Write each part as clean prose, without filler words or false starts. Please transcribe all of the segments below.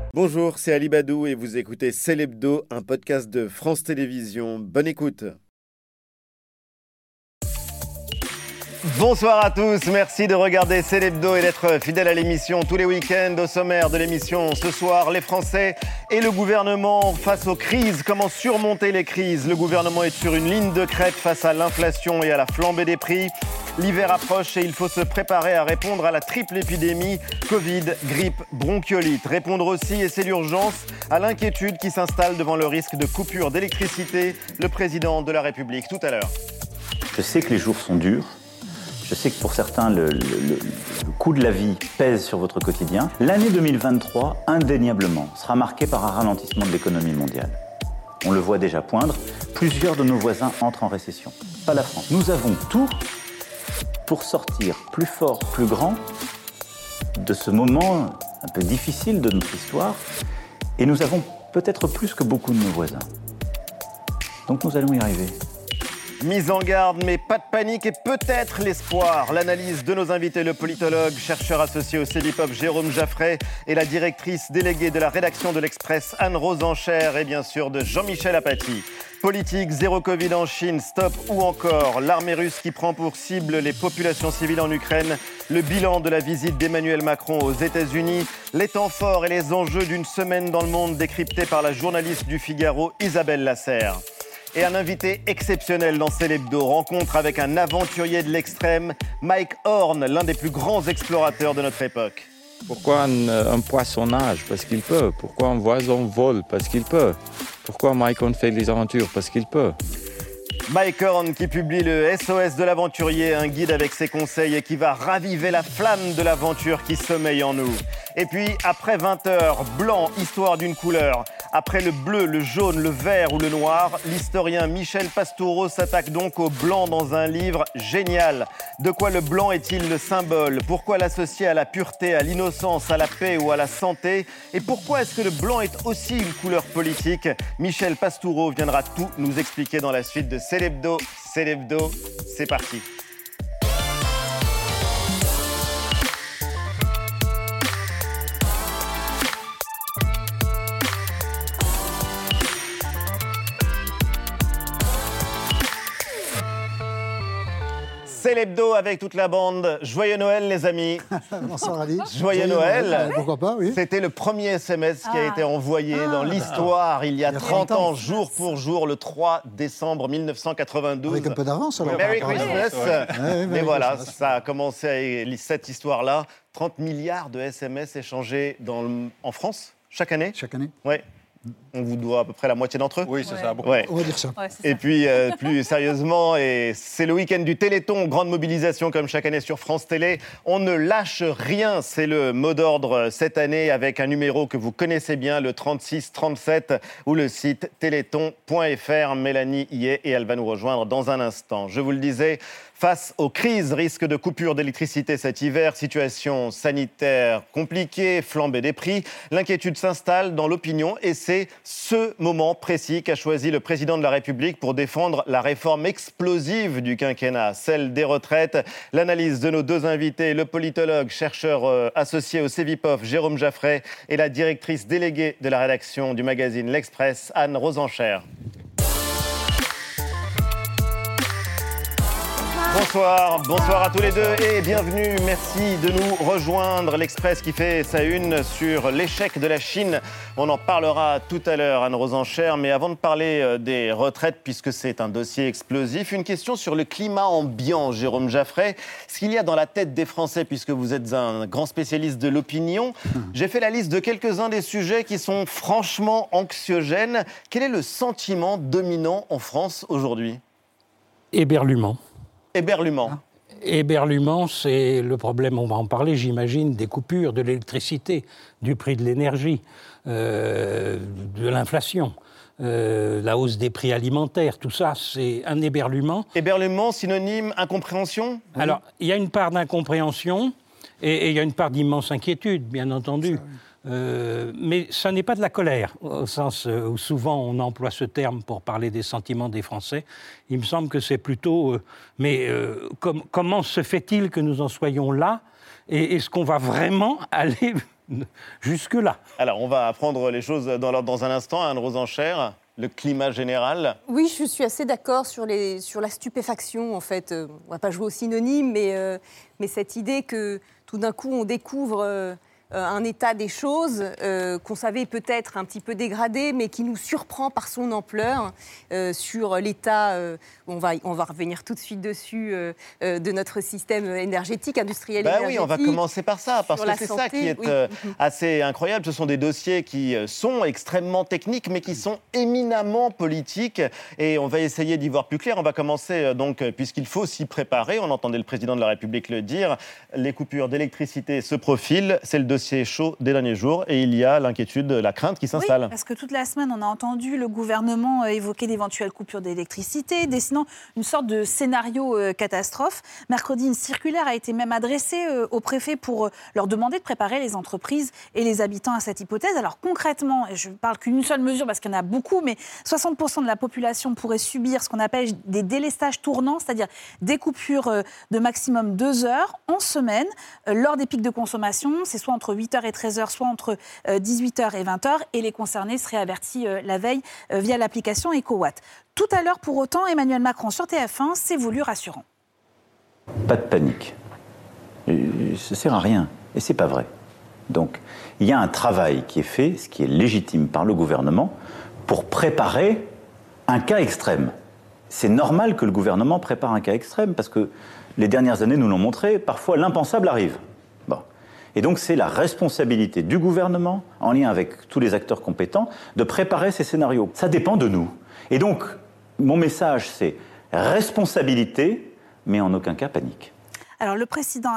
Bonjour, c'est Ali Badou et vous écoutez C'est l'Hebdo, un podcast de France Télévisions. Bonne écoute. Bonsoir à tous, merci de regarder C'est l'Hebdo et d'être fidèle à l'émission tous les week-ends. Au sommaire de l'émission ce soir, les Français et le gouvernement face aux crises. Comment surmonter les crises? Le gouvernement est sur une ligne de crête face à l'inflation et à la flambée des prix. L'hiver approche et il faut se préparer à répondre à la triple épidémie Covid, grippe, bronchiolite. Répondre aussi, et c'est l'urgence, à l'inquiétude qui s'installe devant le risque de coupure d'électricité. Le président de la République tout à l'heure. Je sais que les jours sont durs. Je sais que pour certains, le coût de la vie pèse sur votre quotidien. L'année 2023, indéniablement, sera marquée par un ralentissement de l'économie mondiale. On le voit déjà poindre. Plusieurs de nos voisins entrent en récession. Pas la France. Nous avons tout pour sortir plus fort, plus grand de ce moment un peu difficile de notre histoire. Et nous avons peut-être plus que beaucoup de nos voisins. Donc nous allons y arriver. Mise en garde, mais pas de panique et peut-être l'espoir. L'analyse de nos invités, le politologue, chercheur associé au CEVIPOF, Jérôme Jaffray, et la directrice déléguée de la rédaction de l'Express, Anne Rosenchère, et bien sûr de Jean-Michel Apathy. Politique, zéro Covid en Chine, stop ou encore l'armée russe qui prend pour cible les populations civiles en Ukraine, le bilan de la visite d'Emmanuel Macron aux États-Unis, les temps forts et les enjeux d'une semaine dans le monde décryptés par la journaliste du Figaro, Isabelle Lasserre. Et un invité exceptionnel dans C'est l'Hebdo, rencontre avec un aventurier de l'extrême, Mike Horn, l'un des plus grands explorateurs de notre époque. Pourquoi un poisson nage? Parce qu'il peut. Pourquoi un oiseau vole? Parce qu'il peut. Pourquoi Mike Horn fait des aventures? Parce qu'il peut. Mike Horn qui publie le SOS de l'aventurier, un guide avec ses conseils et qui va raviver la flamme de l'aventure qui sommeille en nous. Et puis, après 20 heures, blanc, histoire d'une couleur. Après le bleu, le jaune, le vert ou le noir, l'historien Michel Pastoureau s'attaque donc au blanc dans un livre génial. De quoi le blanc est-il le symbole? Pourquoi l'associer à la pureté, à l'innocence, à la paix ou à la santé? Et pourquoi est-ce que le blanc est aussi une couleur politique? Michel Pastoureau viendra tout nous expliquer dans la suite de C'est l'Hebdo. C'est l'Hebdo, c'est parti. C'est l'Hebdo avec toute la bande. Joyeux Noël, les amis. Bonsoir Ali. Joyeux Noël. Pourquoi pas, oui. C'était le premier SMS qui a été envoyé dans l'histoire il y a 30 ans, jour pour jour, le 3 décembre 1992. Avec un peu d'avance, alors. Merry Christmas. Ouais, Mais voilà, ça a commencé à cette histoire-là. 30 milliards de SMS échangés en France chaque année. Chaque année. Ouais. On vous doit à peu près la moitié d'entre eux. Oui, c'est ça. Ouais. On va dire ça. Ouais, Et puis, plus sérieusement, et c'est le week-end du Téléthon, grande mobilisation comme chaque année sur France Télé. On ne lâche rien, c'est le mot d'ordre cette année avec un numéro que vous connaissez bien, le 3637 ou le site téléthon.fr. Mélanie y est et elle va nous rejoindre dans un instant. Je vous le disais, face aux crises, risque de coupure d'électricité cet hiver, situation sanitaire compliquée, flambée des prix, l'inquiétude s'installe dans l'opinion et c'est ce moment précis qu'a choisi le président de la République pour défendre la réforme explosive du quinquennat, celle des retraites. L'analyse de nos deux invités, le politologue, chercheur associé au CEVIPOF, Jérôme Jaffray, et la directrice déléguée de la rédaction du magazine L'Express, Anne Rosenchère. Bonsoir à tous les deux et bienvenue. Merci de nous rejoindre. L'Express qui fait sa une sur l'échec de la Chine. On en parlera tout à l'heure, Anne Rosenchère. Mais avant de parler des retraites, puisque c'est un dossier explosif, une question sur le climat ambiant, Jérôme Jaffray. Ce qu'il y a dans la tête des Français, puisque vous êtes un grand spécialiste de l'opinion, j'ai fait la liste de quelques-uns des sujets qui sont franchement anxiogènes. Quel est le sentiment dominant en France aujourd'hui ? Éberluement. Éberluement, c'est le problème, on va en parler, j'imagine, des coupures, de l'électricité, du prix de l'énergie, de l'inflation, la hausse des prix alimentaires, tout ça, c'est un éberluement. Éberluement, synonyme incompréhension ? Alors, il y a une part d'incompréhension et il y a une part d'immense inquiétude, bien entendu. Mais ça n'est pas de la colère, au sens où souvent on emploie ce terme pour parler des sentiments des Français. Il me semble que c'est plutôt... comment se fait-il que nous en soyons là ? Et est-ce qu'on va vraiment aller jusque-là. Alors, on va apprendre les choses dans un instant. Anne-Rose Enchère, le climat général. Oui, je suis assez d'accord sur la stupéfaction, en fait. On ne va pas jouer au synonyme, mais cette idée que tout d'un coup, on découvre un état des choses qu'on savait peut-être un petit peu dégradé, mais qui nous surprend par son ampleur sur l'état, on va revenir tout de suite dessus, de notre système énergétique, industriel énergétique. Oui, on va commencer par ça, parce que c'est ça qui est assez incroyable. Ce sont des dossiers qui sont extrêmement techniques, mais qui sont éminemment politiques. Et on va essayer d'y voir plus clair. On va commencer, donc, puisqu'il faut s'y préparer. On entendait le président de la République le dire. Les coupures d'électricité se profilent. C'est le dossier chaud des derniers jours et il y a l'inquiétude, la crainte qui s'installe. Oui, parce que toute la semaine, on a entendu le gouvernement évoquer d'éventuelles coupures d'électricité, dessinant une sorte de scénario catastrophe. Mercredi, une circulaire a été même adressée aux préfets pour leur demander de préparer les entreprises et les habitants à cette hypothèse. Alors concrètement, et je ne parle qu'une seule mesure parce qu'il y en a beaucoup, mais 60% de la population pourrait subir ce qu'on appelle des délestages tournants, c'est-à-dire des coupures de maximum 2 heures en semaine lors des pics de consommation. C'est soit entre 8h et 13h, soit entre 18h et 20h, et les concernés seraient avertis la veille via l'application EcoWatt. Tout à l'heure, pour autant, Emmanuel Macron sur TF1 s'est voulu rassurant. Pas de panique. Ça ne sert à rien. Et ce n'est pas vrai. Donc, il y a un travail qui est fait, ce qui est légitime par le gouvernement, pour préparer un cas extrême. C'est normal que le gouvernement prépare un cas extrême, parce que les dernières années nous l'ont montré, parfois l'impensable arrive. Et donc, c'est la responsabilité du gouvernement, en lien avec tous les acteurs compétents, de préparer ces scénarios. Ça dépend de nous. Et donc, mon message, c'est responsabilité, mais en aucun cas panique. Alors, le président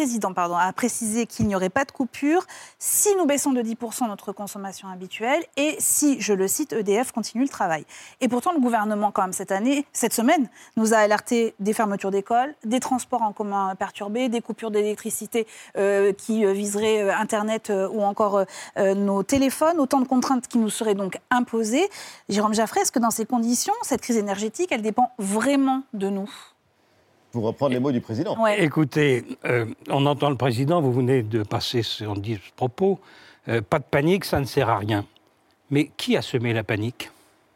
a précisé qu'il n'y aurait pas de coupure si nous baissons de 10% notre consommation habituelle et si, je le cite, EDF continue le travail. Et pourtant, le gouvernement, quand même, cette semaine, nous a alerté des fermetures d'écoles, des transports en commun perturbés, des coupures d'électricité qui viseraient Internet ou encore nos téléphones, autant de contraintes qui nous seraient donc imposées. Jérôme Jaffray, est-ce que dans ces conditions, cette crise énergétique, elle dépend vraiment de nous ? Pour reprendre les mots du président. Ouais. Écoutez, on entend le président, vous venez de passer ce propos, pas de panique, ça ne sert à rien. Mais qui a semé la panique ?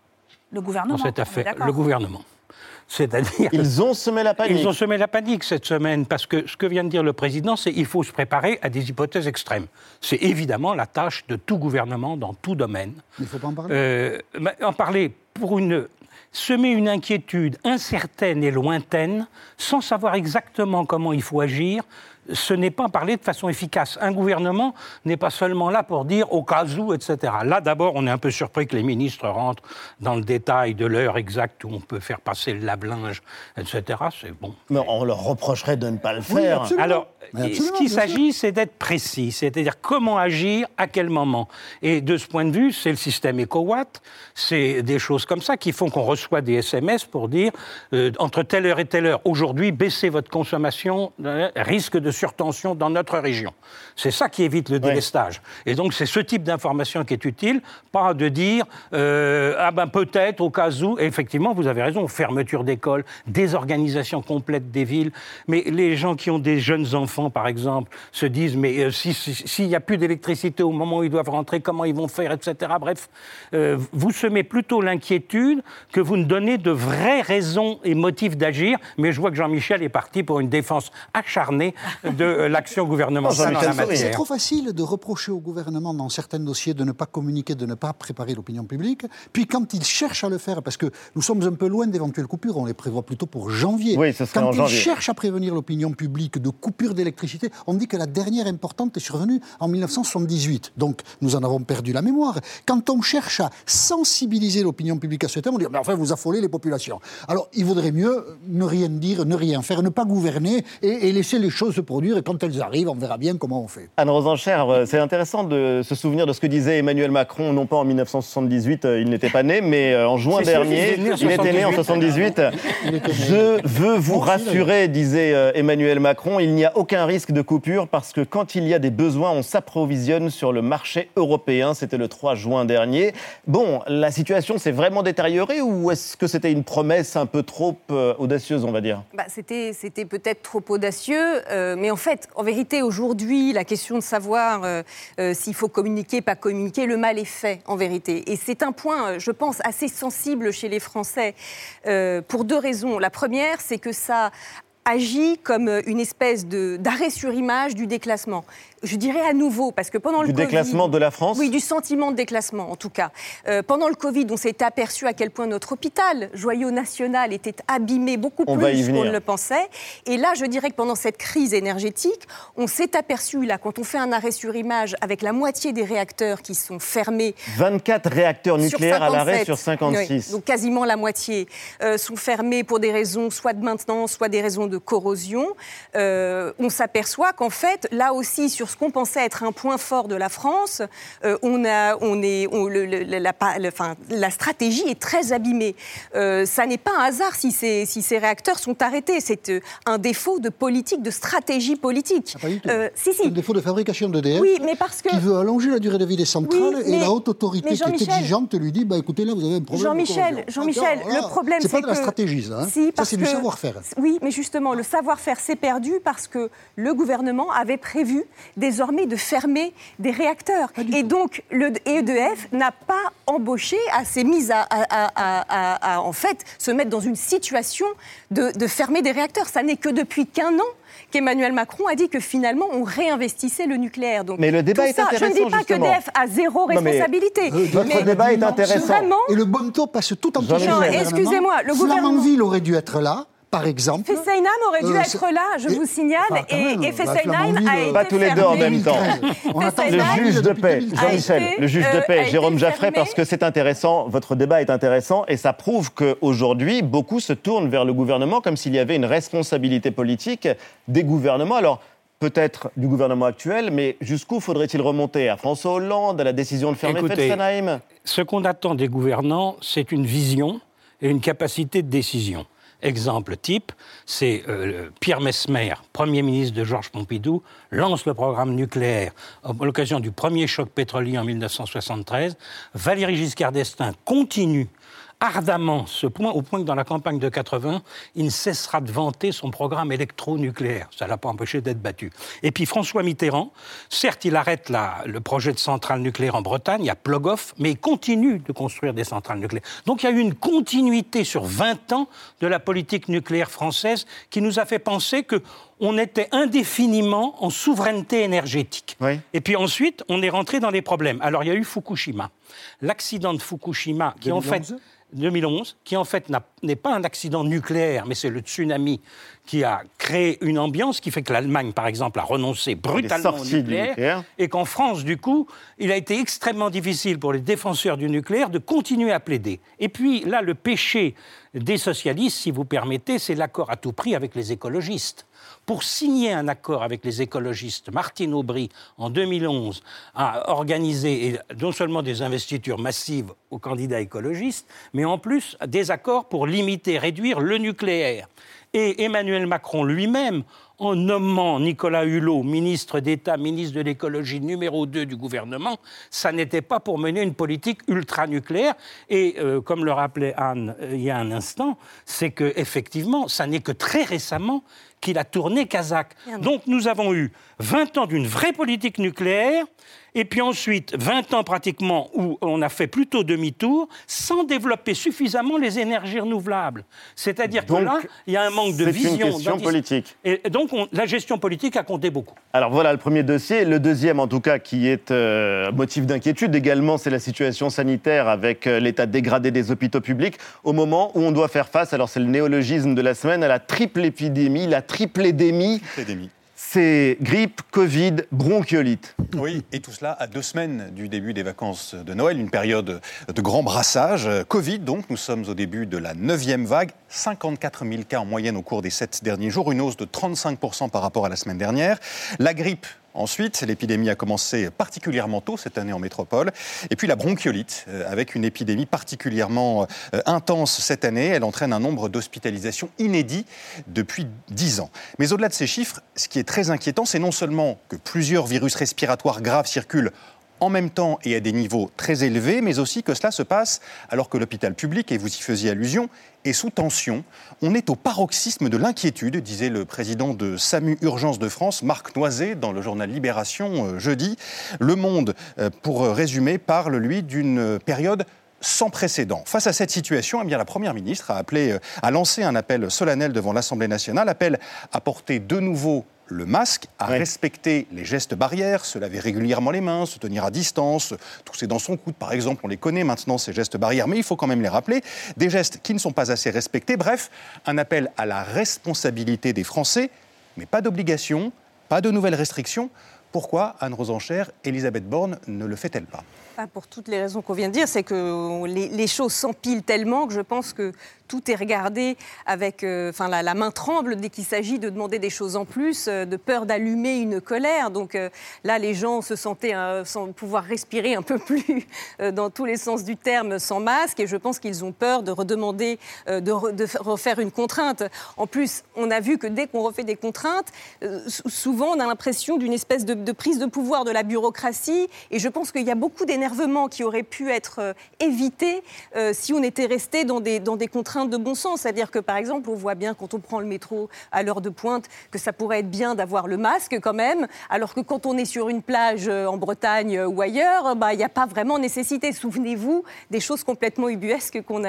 Le gouvernement. Dans cette affaire, le gouvernement. C'est-à-dire... Ils ont semé la panique. Ils ont semé la panique cette semaine, parce que ce que vient de dire le président, c'est qu'il faut se préparer à des hypothèses extrêmes. C'est évidemment la tâche de tout gouvernement dans tout domaine. Il ne faut pas en parler. En parler pour semer une inquiétude incertaine et lointaine, sans savoir exactement comment il faut agir, ce n'est pas parler de façon efficace. Un gouvernement n'est pas seulement là pour dire au cas où, etc. Là, d'abord, on est un peu surpris que les ministres rentrent dans le détail de l'heure exacte où on peut faire passer le lave-linge, etc. C'est bon. Mais on leur reprocherait de ne pas le faire. Oui, alors, ce qu'il s'agit, c'est d'être précis, c'est-à-dire comment agir, à quel moment. Et de ce point de vue, c'est le système EcoWatt, c'est des choses comme ça qui font qu'on reçoit des SMS pour dire entre telle heure et telle heure, aujourd'hui, baissez votre consommation, risque de surtension dans notre région. C'est ça qui évite le délestage. Et donc, c'est ce type d'information qui est utile, pas de dire peut-être, au cas où, et effectivement, vous avez raison, fermeture d'écoles, désorganisation complète des villes, mais les gens qui ont des jeunes enfants, par exemple, se disent, mais s'il n'y a plus d'électricité au moment où ils doivent rentrer, comment ils vont faire, etc. Bref, vous semez plutôt l'inquiétude que vous ne donnez de vraies raisons et motifs d'agir, mais je vois que Jean-Michel est parti pour une défense acharnée de l'action gouvernementale en la matière. C'est trop facile de reprocher au gouvernement dans certains dossiers de ne pas communiquer, de ne pas préparer l'opinion publique. Puis quand il cherche à le faire, parce que nous sommes un peu loin d'éventuelles coupures, on les prévoit plutôt pour janvier. Oui, ce serait en janvier. Quand il cherche à prévenir l'opinion publique de coupures d'électricité, on dit que la dernière importante est survenue en 1978. Donc nous en avons perdu la mémoire. Quand on cherche à sensibiliser l'opinion publique à ce thème, on dit mais enfin vous affolez les populations. Alors il vaudrait mieux ne rien dire, ne rien faire, ne pas gouverner et laisser les choses se produire, et quand elles arrivent, on verra bien comment on fait. Anne-Rose Enchère, c'est intéressant de se souvenir de ce que disait Emmanuel Macron, non pas en 1978, il n'était pas né, mais en juin dernier, il était né en 78. Je veux vous rassurer, disait Emmanuel Macron, il n'y a aucun aucun risque de coupure parce que quand il y a des besoins, on s'approvisionne sur le marché européen. C'était le 3 juin dernier. Bon, la situation s'est vraiment détériorée ou est-ce que c'était une promesse un peu trop audacieuse, on va dire ? C'était peut-être trop audacieux, mais en fait, en vérité, aujourd'hui, la question de savoir s'il faut communiquer, pas communiquer, le mal est fait, en vérité. Et c'est un point, je pense, assez sensible chez les Français, pour 2 raisons. La première, c'est que ça agit comme une espèce d'arrêt sur image du déclassement. Je dirais à nouveau, parce que pendant le Covid... Du déclassement de la France ? Oui, du sentiment de déclassement, en tout cas. Pendant le Covid, on s'est aperçu à quel point notre hôpital, Joyau National, était abîmé beaucoup plus qu'on ne le pensait. Et là, je dirais que pendant cette crise énergétique, on s'est aperçu, là, quand on fait un arrêt sur image, avec la moitié des réacteurs qui sont fermés... 24 réacters nucléaires à l'arrêt sur 56. Oui, donc quasiment la moitié sont fermés pour des raisons soit de maintenance, soit des raisons de corrosion. On s'aperçoit qu'en fait, là aussi, sur ce qu'on pensait être un point fort de la France, la stratégie est très abîmée. Ça n'est pas un hasard si ces réacteurs sont arrêtés. C'est un défaut de politique, de stratégie politique. Pas du tout. C'est un défaut de fabrication d'EDF qui veut allonger la durée de vie des centrales et la haute autorité qui est exigeante lui dit écoutez, là, vous avez un problème. Jean-Michel, le problème, c'est que... C'est pas de la stratégie, ça. Ça, c'est du savoir-faire. Oui, mais justement, le savoir-faire s'est perdu parce que le gouvernement avait prévu désormais de fermer des réacteurs. Et donc, EDF n'a pas embauché, s'est mise à en fait, se mettre dans une situation de fermer des réacteurs. Ça n'est que depuis qu'un an qu'Emmanuel Macron a dit que finalement, on réinvestissez le nucléaire. Donc, mais le débat est intéressant, je ne dis pas justement. qu'EDF a zéro responsabilité. Votre débat est intéressant. Vraiment, et le bon temps passe tout en excusez-moi, le gouvernement... Flamanville aurait dû être là. Par exemple. Fessenheim aurait dû être là, je vous signale, et Fessenheim a été pas tous les deux en même temps. Le juge de paix, Jean-Michel, le juge de paix, Jérôme Jaffray, parce que c'est intéressant, votre débat est intéressant, et ça prouve qu'aujourd'hui, beaucoup se tournent vers le gouvernement comme s'il y avait une responsabilité politique des gouvernements. Alors, peut-être du gouvernement actuel, mais jusqu'où faudrait-il remonter ? À François Hollande, à la décision de fermer Fessenheim ? Ce qu'on attend des gouvernants, c'est une vision et une capacité de décision. Exemple type, c'est Pierre Messmer, Premier ministre de Georges Pompidou, lance le programme nucléaire à l'occasion du premier choc pétrolier en 1973. Valéry Giscard d'Estaing continue ardemment ce point, au point que dans la campagne de 80, il ne cessera de vanter son programme électronucléaire. Ça ne l'a pas empêché d'être battu. Et puis François Mitterrand, certes, il arrête le projet de centrale nucléaire en Bretagne, à Plogoff, mais il continue de construire des centrales nucléaires. Donc il y a eu une continuité sur 20 ans de la politique nucléaire française qui nous a fait penser qu'on était indéfiniment en souveraineté énergétique. Oui. Et puis ensuite, on est rentré dans les problèmes. Alors il y a eu Fukushima. L'accident de Fukushima, qui 2011, qui en fait n'est pas un accident nucléaire, mais c'est le tsunami qui a créé une ambiance qui fait que l'Allemagne, par exemple, a renoncé brutalement au nucléaire, et qu'en France, du coup, il a été extrêmement difficile pour les défenseurs du nucléaire de continuer à plaider. Et puis là, le péché des socialistes, si vous permettez, c'est l'accord à tout prix avec les écologistes. Pour signer un accord avec les écologistes, Martine Aubry, en 2011, a organisé non seulement des investitures massives aux candidats écologistes, mais en plus des accords pour limiter, réduire le nucléaire. Et Emmanuel Macron lui-même, en nommant Nicolas Hulot, ministre d'État, ministre de l'écologie numéro 2 du gouvernement, ça n'était pas pour mener une politique ultra-nucléaire. Et comme le rappelait Anne il y a un instant, c'est qu'effectivement, ça n'est que très récemment qu'il a tourné kazakh. Donc nous avons eu 20 ans d'une vraie politique nucléaire, et puis ensuite 20 ans pratiquement où on a fait plutôt demi-tour, sans développer suffisamment les énergies renouvelables. C'est-à-dire que là, il y a un manque de vision. C'est une question politique. Et donc la gestion politique a compté beaucoup. Alors voilà le premier dossier. Le deuxième, en tout cas, qui est motif d'inquiétude également, c'est la situation sanitaire avec l'état dégradé des hôpitaux publics au moment où on doit faire face, alors c'est le néologisme de la semaine, à la triple épidémie, la triplédémie. C'est grippe, Covid, bronchiolite. Oui, et tout cela à 2 semaines du début des vacances de Noël, une période de grand brassage. Covid, donc, nous sommes au début de la 9e vague, 54 000 cas en moyenne au cours des 7 derniers jours, une hausse de 35% par rapport à la semaine dernière. La grippe, ensuite, l'épidémie a commencé particulièrement tôt cette année en métropole. Et puis la bronchiolite, avec une épidémie particulièrement intense cette année. Elle entraîne un nombre d'hospitalisations inédit depuis 10 ans. Mais au-delà de ces chiffres, ce qui est très très inquiétant, c'est non seulement que plusieurs virus respiratoires graves circulent en même temps et à des niveaux très élevés, mais aussi que cela se passe alors que l'hôpital public, et vous y faisiez allusion, est sous tension. On est au paroxysme de l'inquiétude, disait le président de SAMU Urgences de France, Marc Noisé, dans le journal Libération jeudi. Le Monde, pour résumer, parle, lui, d'une période sans précédent. Face à cette situation, eh bien, la Première ministre a lancé un appel solennel devant l'Assemblée nationale, appel à porter de nouveau le masque, à respecter les gestes barrières, se laver régulièrement les mains, se tenir à distance, tousser dans son coude, par exemple. On les connaît maintenant, ces gestes barrières, mais il faut quand même les rappeler. Des gestes qui ne sont pas assez respectés. Bref, un appel à la responsabilité des Français, mais pas d'obligation, pas de nouvelles restrictions. Pourquoi, Anne Rosencher, Elisabeth Borne ne le fait-elle pas ? Pour toutes les raisons qu'on vient de dire, c'est que les choses s'empilent tellement que je pense que tout est regardé avec... la main tremble dès qu'il s'agit de demander des choses en plus, de peur d'allumer une colère. Donc là, les gens se sentaient sans pouvoir respirer un peu plus dans tous les sens du terme sans masque. Et je pense qu'ils ont peur de redemander, de refaire une contrainte. En plus, on a vu que dès qu'on refait des contraintes, souvent on a l'impression d'une espèce de prise de pouvoir de la bureaucratie. Et je pense qu'il y a beaucoup d'énervement qui aurait pu être évité si on était resté dans des contraintes de bon sens. C'est-à-dire que, par exemple, on voit bien quand on prend le métro à l'heure de pointe que ça pourrait être bien d'avoir le masque quand même, alors que quand on est sur une plage en Bretagne ou ailleurs, il n'y a pas vraiment nécessité. Souvenez-vous des choses complètement ubuesques qu'on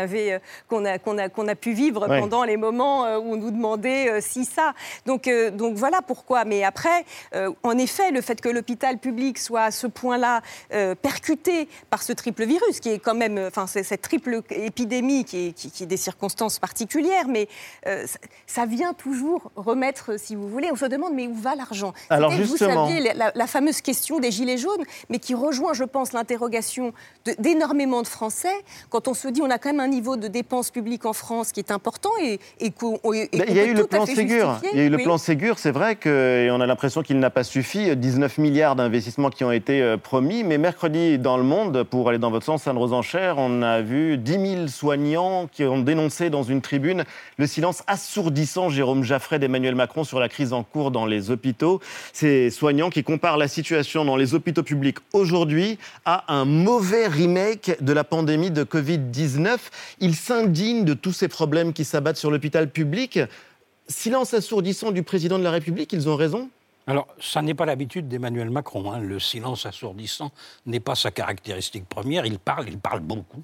a pu vivre pendant les moments où on nous demandait si ça. Donc voilà pourquoi. Mais après, en effet, le fait que l'hôpital public soit à ce point-là percuté par ce triple virus, qui est quand même, cette triple épidémie qui est des circonstances particulières, mais ça vient toujours remettre, si vous voulez, on se demande, mais où va l'argent ? Alors justement... Vous saviez, la fameuse question des gilets jaunes, mais qui rejoint, je pense, l'interrogation d'énormément de Français, quand on se dit, on a quand même un niveau de dépenses publiques en France qui est important et qu'on il y a eu le plan Ségur. Il y a eu le plan Ségur, c'est vrai qu'on a l'impression qu'il n'a pas suffi. 19 milliards d'investissements qui ont été promis, mais mercredi, dans Le Monde, pour aller dans votre sens, Anne Rosencher, on a vu 10 000 soignants qui ont dénoncé dans une tribune le silence assourdissant, Jérôme Jaffray, d'Emmanuel Macron sur la crise en cours dans les hôpitaux. Ces soignants qui comparent la situation dans les hôpitaux publics aujourd'hui à un mauvais remake de la pandémie de Covid-19. Ils s'indignent de tous ces problèmes qui s'abattent sur l'hôpital public. Silence assourdissant du président de la République, ils ont raison ? Alors, ça n'est pas l'habitude d'Emmanuel Macron. Le silence assourdissant n'est pas sa caractéristique première. Il parle beaucoup,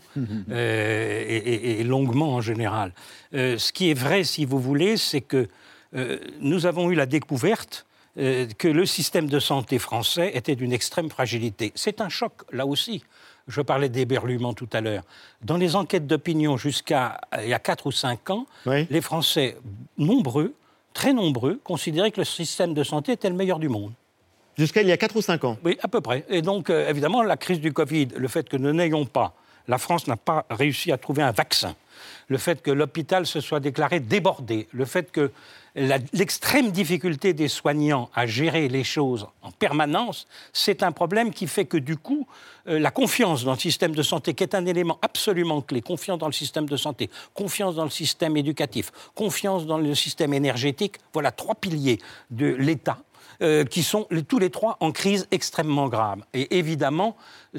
et longuement en général. Ce qui est vrai, si vous voulez, c'est que nous avons eu la découverte que le système de santé français était d'une extrême fragilité. C'est un choc, là aussi. Je parlais d'éberluement tout à l'heure. Dans les enquêtes d'opinion jusqu'à il y a 4 ou 5 ans, les Français très nombreux, considéraient que le système de santé était le meilleur du monde. Jusqu'à il y a 4 ou 5 ans ? Oui, à peu près. Et donc, évidemment, la crise du Covid, le fait que nous n'ayons pas, la France n'a pas réussi à trouver un vaccin, le fait que l'hôpital se soit déclaré débordé, le fait que l'extrême difficulté des soignants à gérer les choses en permanence, c'est un problème qui fait que, du coup, la confiance dans le système de santé, qui est un élément absolument clé, confiance dans le système de santé, confiance dans le système éducatif, confiance dans le système énergétique, voilà 3 piliers de l'État qui sont tous les 3 en crise extrêmement grave. Et évidemment,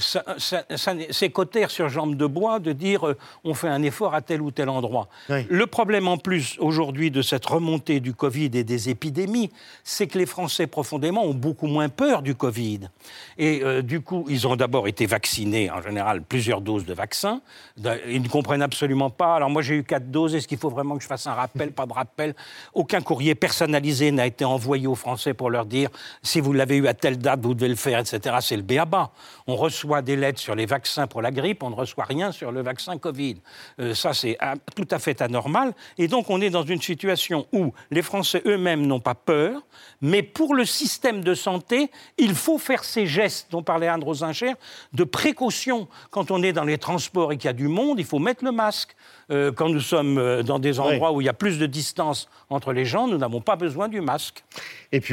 c'est cautère sur jambe de bois de dire on fait un effort à tel ou tel endroit. Oui. Le problème en plus aujourd'hui de cette remontée du Covid et des épidémies, c'est que les Français profondément ont beaucoup moins peur du Covid. Et du coup, ils ont d'abord été vaccinés, en général, plusieurs doses de vaccins. Ils ne comprennent absolument pas. Alors moi, j'ai eu 4 doses. Est-ce qu'il faut vraiment que je fasse un rappel, pas de rappel ? Aucun courrier personnalisé n'a été envoyé aux Français pour leur dire si vous l'avez eu à telle date, vous devez le faire, etc. C'est le b.a.-ba. On reçoit des lettres sur les vaccins pour la grippe, on ne reçoit rien sur le vaccin Covid. Ça, c'est tout à fait anormal. Et donc, on est dans une situation où les Français eux-mêmes n'ont pas peur, mais pour le système de santé, il faut faire ces gestes dont parlait Anne Rosencher, de précaution. Quand on est dans les transports et qu'il y a du monde, il faut mettre le masque. Quand nous sommes dans des endroits où il y a plus de distance entre les gens, nous n'avons pas besoin du masque. Et puis,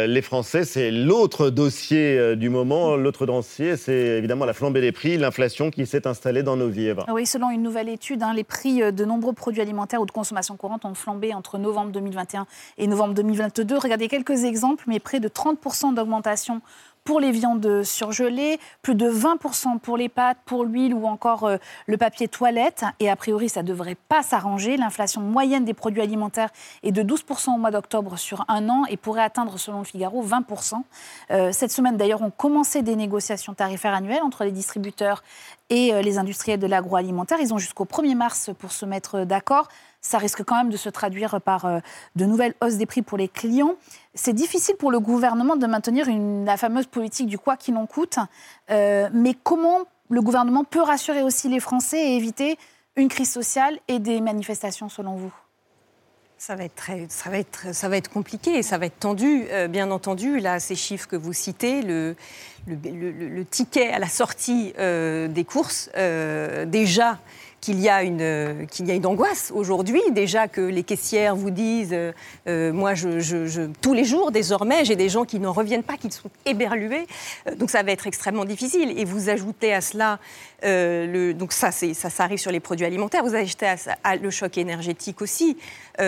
les Français. C'est l'autre dossier du moment. L'autre dossier, c'est évidemment la flambée des prix, l'inflation qui s'est installée dans nos vies. Eva. Oui, selon une nouvelle étude, les prix de nombreux produits alimentaires ou de consommation courante ont flambé entre novembre 2021 et novembre 2022. Regardez quelques exemples, mais près de 30% d'augmentation pour les viandes surgelées, plus de 20% pour les pâtes, pour l'huile ou encore le papier toilette. Et a priori, ça ne devrait pas s'arranger. L'inflation moyenne des produits alimentaires est de 12% au mois d'octobre sur un an et pourrait atteindre, selon le Figaro, 20%. Cette semaine, d'ailleurs, ont commencé des négociations tarifaires annuelles entre les distributeurs et les industriels de l'agroalimentaire. Ils ont jusqu'au 1er mars pour se mettre d'accord. Ça risque quand même de se traduire par de nouvelles hausses des prix pour les clients. C'est difficile pour le gouvernement de maintenir la fameuse politique du quoi qu'il en coûte. Mais comment le gouvernement peut rassurer aussi les Français et éviter une crise sociale et des manifestations, selon vous ? Ça va être compliqué, ça va être tendu, bien entendu. Là, ces chiffres que vous citez, le ticket à la sortie des courses, déjà qu'il y a une angoisse aujourd'hui, déjà que les caissières vous disent moi, tous les jours, désormais, j'ai des gens qui n'en reviennent pas, qui sont éberlués. Donc ça va être extrêmement difficile. Et vous ajoutez à cela, donc ça arrive sur les produits alimentaires, vous ajoutez à ça le choc énergétique aussi.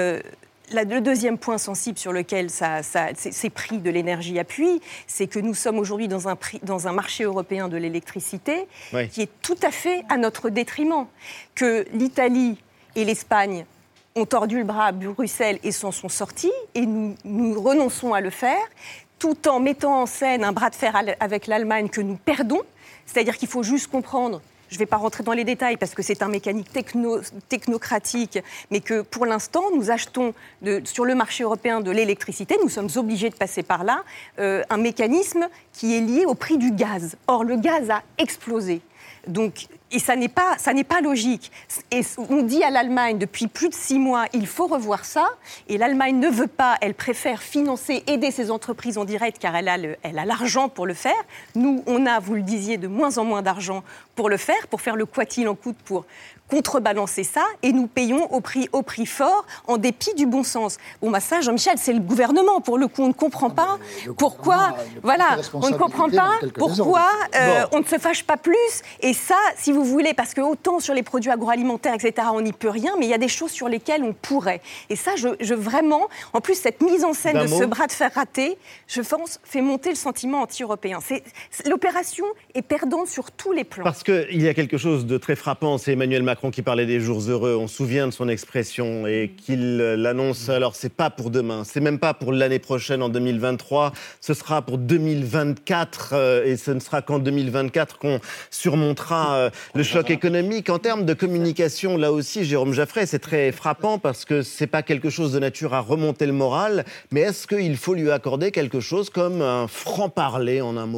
Le deuxième point sensible sur lequel ces prix de l'énergie appuient, c'est que nous sommes aujourd'hui dans un marché européen de l'électricité qui est tout à fait à notre détriment. Que l'Italie et l'Espagne ont tordu le bras à Bruxelles et s'en sont sortis, et nous renonçons à le faire, tout en mettant en scène un bras de fer avec l'Allemagne que nous perdons. C'est-à-dire qu'il faut juste comprendre. Je ne vais pas rentrer dans les détails parce que c'est un mécanique technocratique, mais que pour l'instant, nous achetons sur le marché européen de l'électricité, nous sommes obligés de passer par là, un mécanisme qui est lié au prix du gaz. Or, le gaz a explosé. Donc, et ça n'est pas logique. Et on dit à l'Allemagne depuis plus de 6 mois, il faut revoir ça. Et l'Allemagne ne veut pas, elle préfère financer, aider ses entreprises en direct car elle a l'argent pour le faire. Nous, on a, vous le disiez, de moins en moins d'argent pour le faire, pour faire le quoi qu'il en coûte, pour contrebalancer ça. Et nous payons au prix fort, en dépit du bon sens. Bon, ça, Jean-Michel, c'est le gouvernement. Pour le coup, on ne comprend pas pourquoi. Voilà, on ne comprend pas pourquoi on ne se fâche pas plus. Et ça, si vous voulez, parce que autant sur les produits agroalimentaires, etc., on n'y peut rien, mais il y a des choses sur lesquelles on pourrait. Et ça, vraiment, en plus, cette mise en scène de ce bras de fer raté, je pense, fait monter le sentiment anti-européen. L'opération est perdante sur tous les plans. Parce qu'il y a quelque chose de très frappant, c'est Emmanuel Macron qui parlait des jours heureux. On se souvient de son expression et qu'il l'annonce. Alors, c'est pas pour demain, c'est même pas pour l'année prochaine, en 2023. Ce sera pour 2024 et ce ne sera qu'en 2024 qu'on surmontera le choc économique. En termes de communication, là aussi, Jérôme Jaffray, c'est très frappant parce que c'est pas quelque chose de nature à remonter le moral, mais est-ce qu'il faut lui accorder quelque chose comme un franc-parler en un mot ?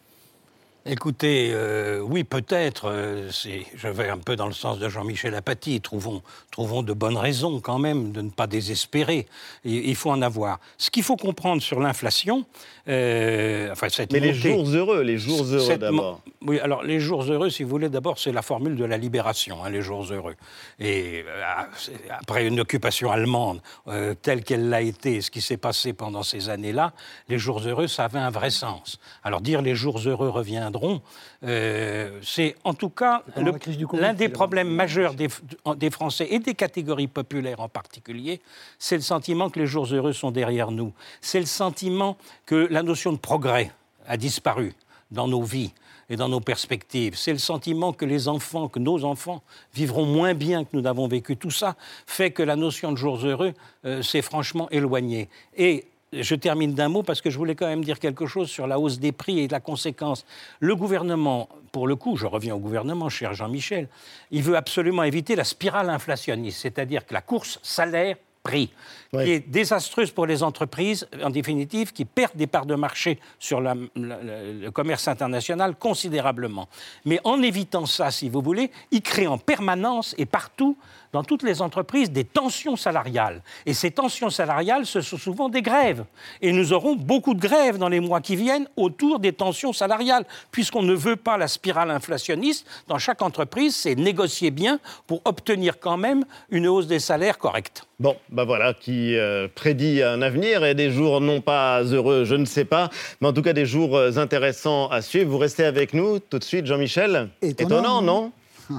Écoutez, oui, peut-être. Je vais un peu dans le sens de Jean-Michel Apathy. Trouvons de bonnes raisons quand même de ne pas désespérer. Il faut en avoir. Ce qu'il faut comprendre sur l'inflation, Mais les jours heureux d'abord. Oui, alors les jours heureux, si vous voulez, d'abord, c'est la formule de la libération, les jours heureux. Et après une occupation allemande telle qu'elle l'a été, ce qui s'est passé pendant ces années-là, les jours heureux, ça avait un vrai sens. Alors dire les jours heureux reviendront, c'est en tout cas l'un des problèmes majeurs des Français et des catégories populaires en particulier, c'est le sentiment que les jours heureux sont derrière nous. C'est le sentiment que la notion de progrès a disparu dans nos vies et dans nos perspectives. C'est le sentiment que nos enfants vivront moins bien que nous n'avons vécu. Tout ça fait que la notion de jours heureux s'est franchement éloignée. Et je termine d'un mot parce que je voulais quand même dire quelque chose sur la hausse des prix et la conséquence. Le gouvernement, pour le coup, je reviens au gouvernement, cher Jean-Michel, il veut absolument éviter la spirale inflationniste, c'est-à-dire que la course salaire-prix, qui est désastreuse pour les entreprises, en définitive, qui perdent des parts de marché sur le commerce international considérablement. Mais en évitant ça, si vous voulez, il crée en permanence et partout, dans toutes les entreprises, des tensions salariales. Et ces tensions salariales, ce sont souvent des grèves. Et nous aurons beaucoup de grèves dans les mois qui viennent autour des tensions salariales, puisqu'on ne veut pas la spirale inflationniste. Dans chaque entreprise, c'est négocier bien pour obtenir quand même une hausse des salaires correcte. Bon, qui prédit un avenir et des jours non pas heureux, je ne sais pas, mais en tout cas des jours intéressants à suivre. Vous restez avec nous tout de suite, Jean-Michel. Étonnant, non?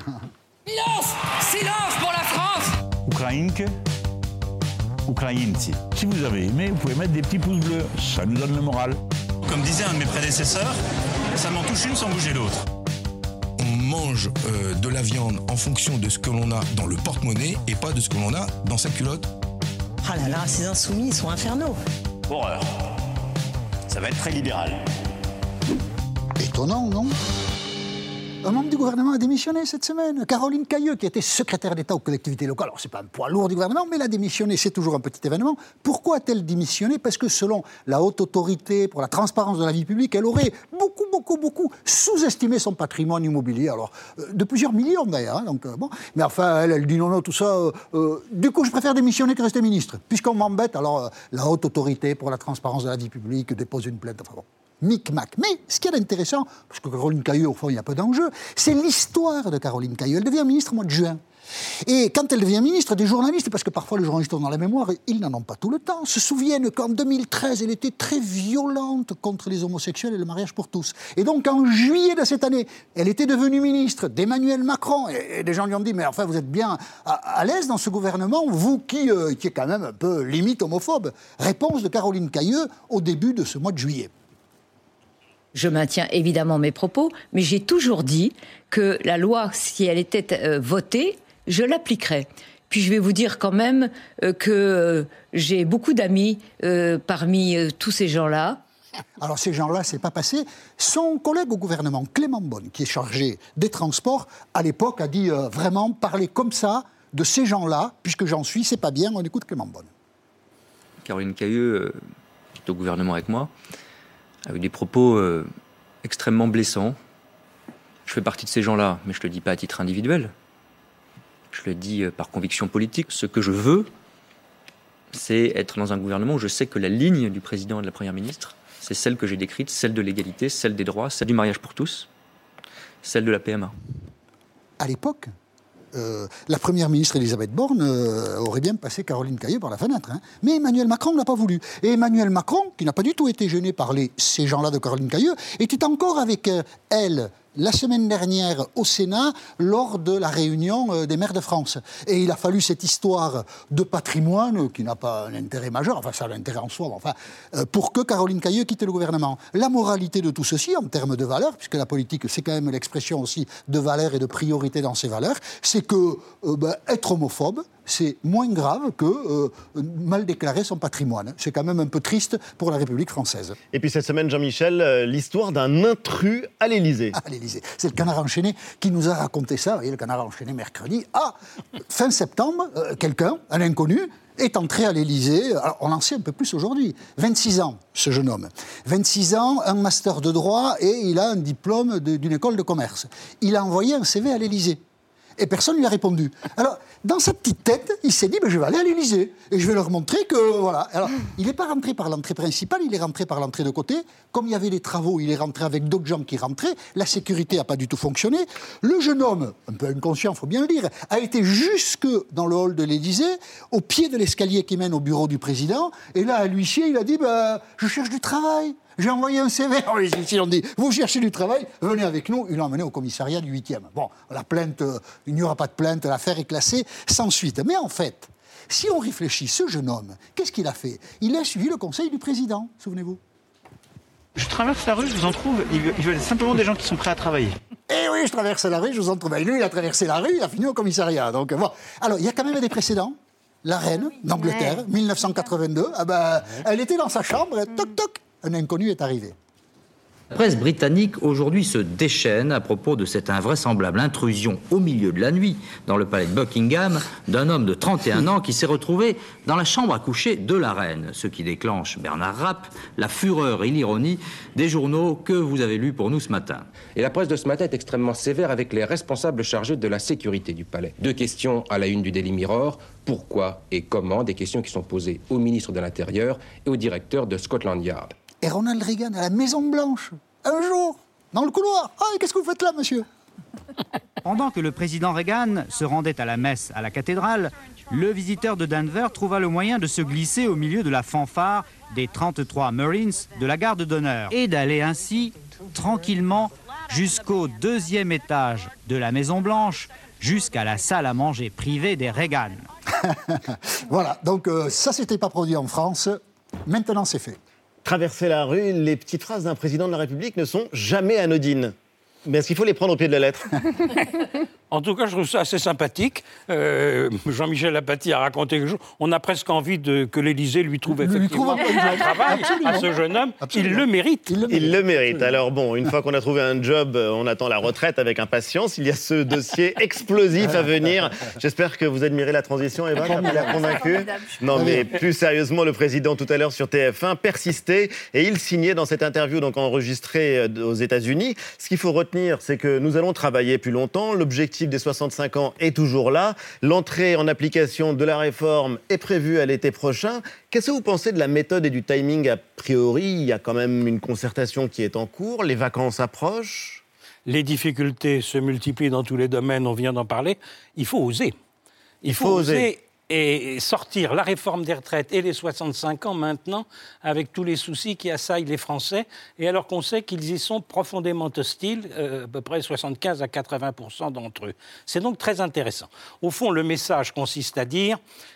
Silence pour la France. Ukrainke, Ukrainci. Si vous avez aimé, vous pouvez mettre des petits pouces bleus, ça nous donne le moral. Comme disait un de mes prédécesseurs, ça m'en touche une sans bouger l'autre. On mange de la viande en fonction de ce que l'on a dans le porte-monnaie et pas de ce que l'on a dans sa culotte. Ah là là, ces insoumis, ils sont infernaux. Horreur. Ça va être très libéral. Étonnant, non? Un membre du gouvernement a démissionné cette semaine. Caroline Cayeux, qui était secrétaire d'État aux collectivités locales. Alors, c'est pas un poids lourd du gouvernement, mais elle a démissionné. C'est toujours un petit événement. Pourquoi a-t-elle démissionné? Parce que selon la Haute Autorité pour la transparence de la vie publique, elle aurait beaucoup sous-estimé son patrimoine immobilier. Alors, de plusieurs millions d'ailleurs. Hein, donc, bon. Mais enfin, elle dit non, tout ça. Du coup, je préfère démissionner que rester ministre. Puisqu'on m'embête, alors la Haute Autorité pour la transparence de la vie publique dépose une plainte. Enfin bon. Micmac. Mais ce qui est intéressant, parce que Caroline Cayeux, au fond, il y a peu d'enjeux, c'est l'histoire de Caroline Cayeux. Elle devient ministre au mois de juin. Et quand elle devient ministre, des journalistes, parce que parfois les journalistes ont dans la mémoire, ils n'en ont pas tout le temps, se souviennent qu'en 2013, elle était très violente contre les homosexuels et le mariage pour tous. Et donc, en juillet de cette année, elle était devenue ministre d'Emmanuel Macron. Et des gens lui ont dit, mais enfin, vous êtes bien à l'aise dans ce gouvernement, vous qui est quand même un peu limite homophobe. Réponse de Caroline Cayeux au début de ce mois de juillet. Je maintiens évidemment mes propos, mais j'ai toujours dit que la loi, si elle était votée, je l'appliquerais. Puis je vais vous dire quand même que j'ai beaucoup d'amis parmi tous ces gens-là. Alors ces gens-là, c'est pas passé. Son collègue au gouvernement, Clément Beaune, qui est chargé des transports, à l'époque a dit vraiment parler comme ça de ces gens-là, puisque j'en suis, c'est pas bien, on écoute Clément Beaune. Caroline Cayeux, qui est au gouvernement avec moi, a eu des propos extrêmement blessants. Je fais partie de ces gens-là, mais je ne le dis pas à titre individuel. Je le dis par conviction politique. Ce que je veux, c'est être dans un gouvernement où je sais que la ligne du président et de la première ministre, c'est celle que j'ai décrite, celle de l'égalité, celle des droits, celle du mariage pour tous, celle de la PMA. À l'époque, la première ministre Elisabeth Borne aurait bien passé Caroline Cayeux par la fenêtre. Hein. Mais Emmanuel Macron n'a pas voulu. Et Emmanuel Macron, qui n'a pas du tout été gêné par ces gens-là de Caroline Cayeux, était encore avec elle la semaine dernière au Sénat lors de la réunion des maires de France. Et il a fallu cette histoire de patrimoine qui n'a pas un intérêt majeur, enfin ça a l'intérêt en soi, mais enfin, pour que Caroline Cayeux quitte le gouvernement. La moralité de tout ceci, en termes de valeurs, puisque la politique c'est quand même l'expression aussi de valeurs et de priorité dans ces valeurs, c'est que être homophobe, c'est moins grave que mal déclarer son patrimoine. C'est quand même un peu triste pour la République française. Et puis cette semaine, Jean-Michel, l'histoire d'un intrus à l'Élysée. À l'Élysée. C'est le Canard enchaîné qui nous a raconté ça. Vous voyez, le Canard enchaîné mercredi. Fin septembre, quelqu'un, un inconnu, est entré à l'Élysée. Alors, on en sait un peu plus aujourd'hui. 26 ans, ce jeune homme. 26 ans, un master de droit et il a un diplôme d'une école de commerce. Il a envoyé un CV à l'Élysée. Et personne ne lui a répondu. Alors, dans sa petite tête, il s'est dit, je vais aller à l'Élysée. Et je vais leur montrer que, voilà. Alors, il n'est pas rentré par l'entrée principale, il est rentré par l'entrée de côté. Comme il y avait des travaux, il est rentré avec d'autres gens qui rentraient. La sécurité n'a pas du tout fonctionné. Le jeune homme, un peu inconscient, il faut bien le dire, a été jusque dans le hall de l'Élysée, au pied de l'escalier qui mène au bureau du président. Et là, à l'huissier, il a dit, je cherche du travail. J'ai envoyé un CV. Les huissiers ont dit, vous cherchez du travail, venez avec nous. Il l'a emmené au commissariat du 8e. Bon, la plainte, il n'y aura pas de plainte, l'affaire est classée sans suite. Mais en fait, si on réfléchit, ce jeune homme, qu'est-ce qu'il a fait? Il a suivi le conseil du président, souvenez-vous. Je traverse la rue, je vous en trouve, ils veulent simplement des gens qui sont prêts à travailler. Eh oui, je traverse la rue, je vous en trouve. Et lui, il a traversé la rue, il a fini au commissariat. Donc, bon. Alors, il y a quand même des précédents. La reine d'Angleterre, 1982, elle était dans sa chambre, et toc toc, un inconnu est arrivé. La presse britannique aujourd'hui se déchaîne à propos de cette invraisemblable intrusion au milieu de la nuit dans le palais de Buckingham d'un homme de 31 ans qui s'est retrouvé dans la chambre à coucher de la reine, ce qui déclenche, Bernard Rapp, la fureur et l'ironie des journaux que vous avez lus pour nous ce matin. Et la presse de ce matin est extrêmement sévère avec les responsables chargés de la sécurité du palais. 2 questions à la une du Daily Mirror. Pourquoi et comment? Des questions qui sont posées au ministre de l'Intérieur et au directeur de Scotland Yard. Et Ronald Reagan à la Maison-Blanche, un jour, dans le couloir. Qu'est-ce que vous faites là, monsieur? Pendant que le président Reagan se rendait à la messe à la cathédrale, le visiteur de Denver trouva le moyen de se glisser au milieu de la fanfare des 33 Marines de la garde d'honneur et d'aller ainsi tranquillement jusqu'au 2e étage de la Maison-Blanche, jusqu'à la salle à manger privée des Reagan. Voilà, donc ça s'était pas produit en France, maintenant c'est fait. Traverser la rue, les petites phrases d'un président de la République ne sont jamais anodines. Mais est-ce qu'il faut les prendre au pied de la lettre ? En tout cas, je trouve ça assez sympathique. Jean-Michel Apathy a raconté quelque chose. On a presque envie que l'Élysée lui trouve effectivement un travail à ce jeune homme. Il le mérite. Il le mérite. Alors bon, une fois qu'on a trouvé un job, on attend la retraite avec impatience. Il y a ce dossier explosif à venir. J'espère que vous admirez la transition, Eva, comme il a convaincu. Non, mais plus sérieusement, le président tout à l'heure sur TF1 persistait et il signait dans cette interview donc enregistrée aux États-Unis. Ce qu'il faut retenir, c'est que nous allons travailler plus longtemps. L'objectif des 65 ans est toujours là. L'entrée en application de la réforme est prévue à l'été prochain. Qu'est-ce que vous pensez de la méthode et du timing a priori ? Il y a quand même une concertation qui est en cours. Les vacances approchent. Les difficultés se multiplient dans tous les domaines, on vient d'en parler. Il faut oser. Il faut oser. Et sortir la réforme des retraites et les 65 ans maintenant, avec tous les soucis qui assaillent les Français, et alors qu'on sait qu'ils y sont profondément hostiles, à peu près 75 à 80% d'entre eux. C'est donc très intéressant. Au fond, le message consiste à dire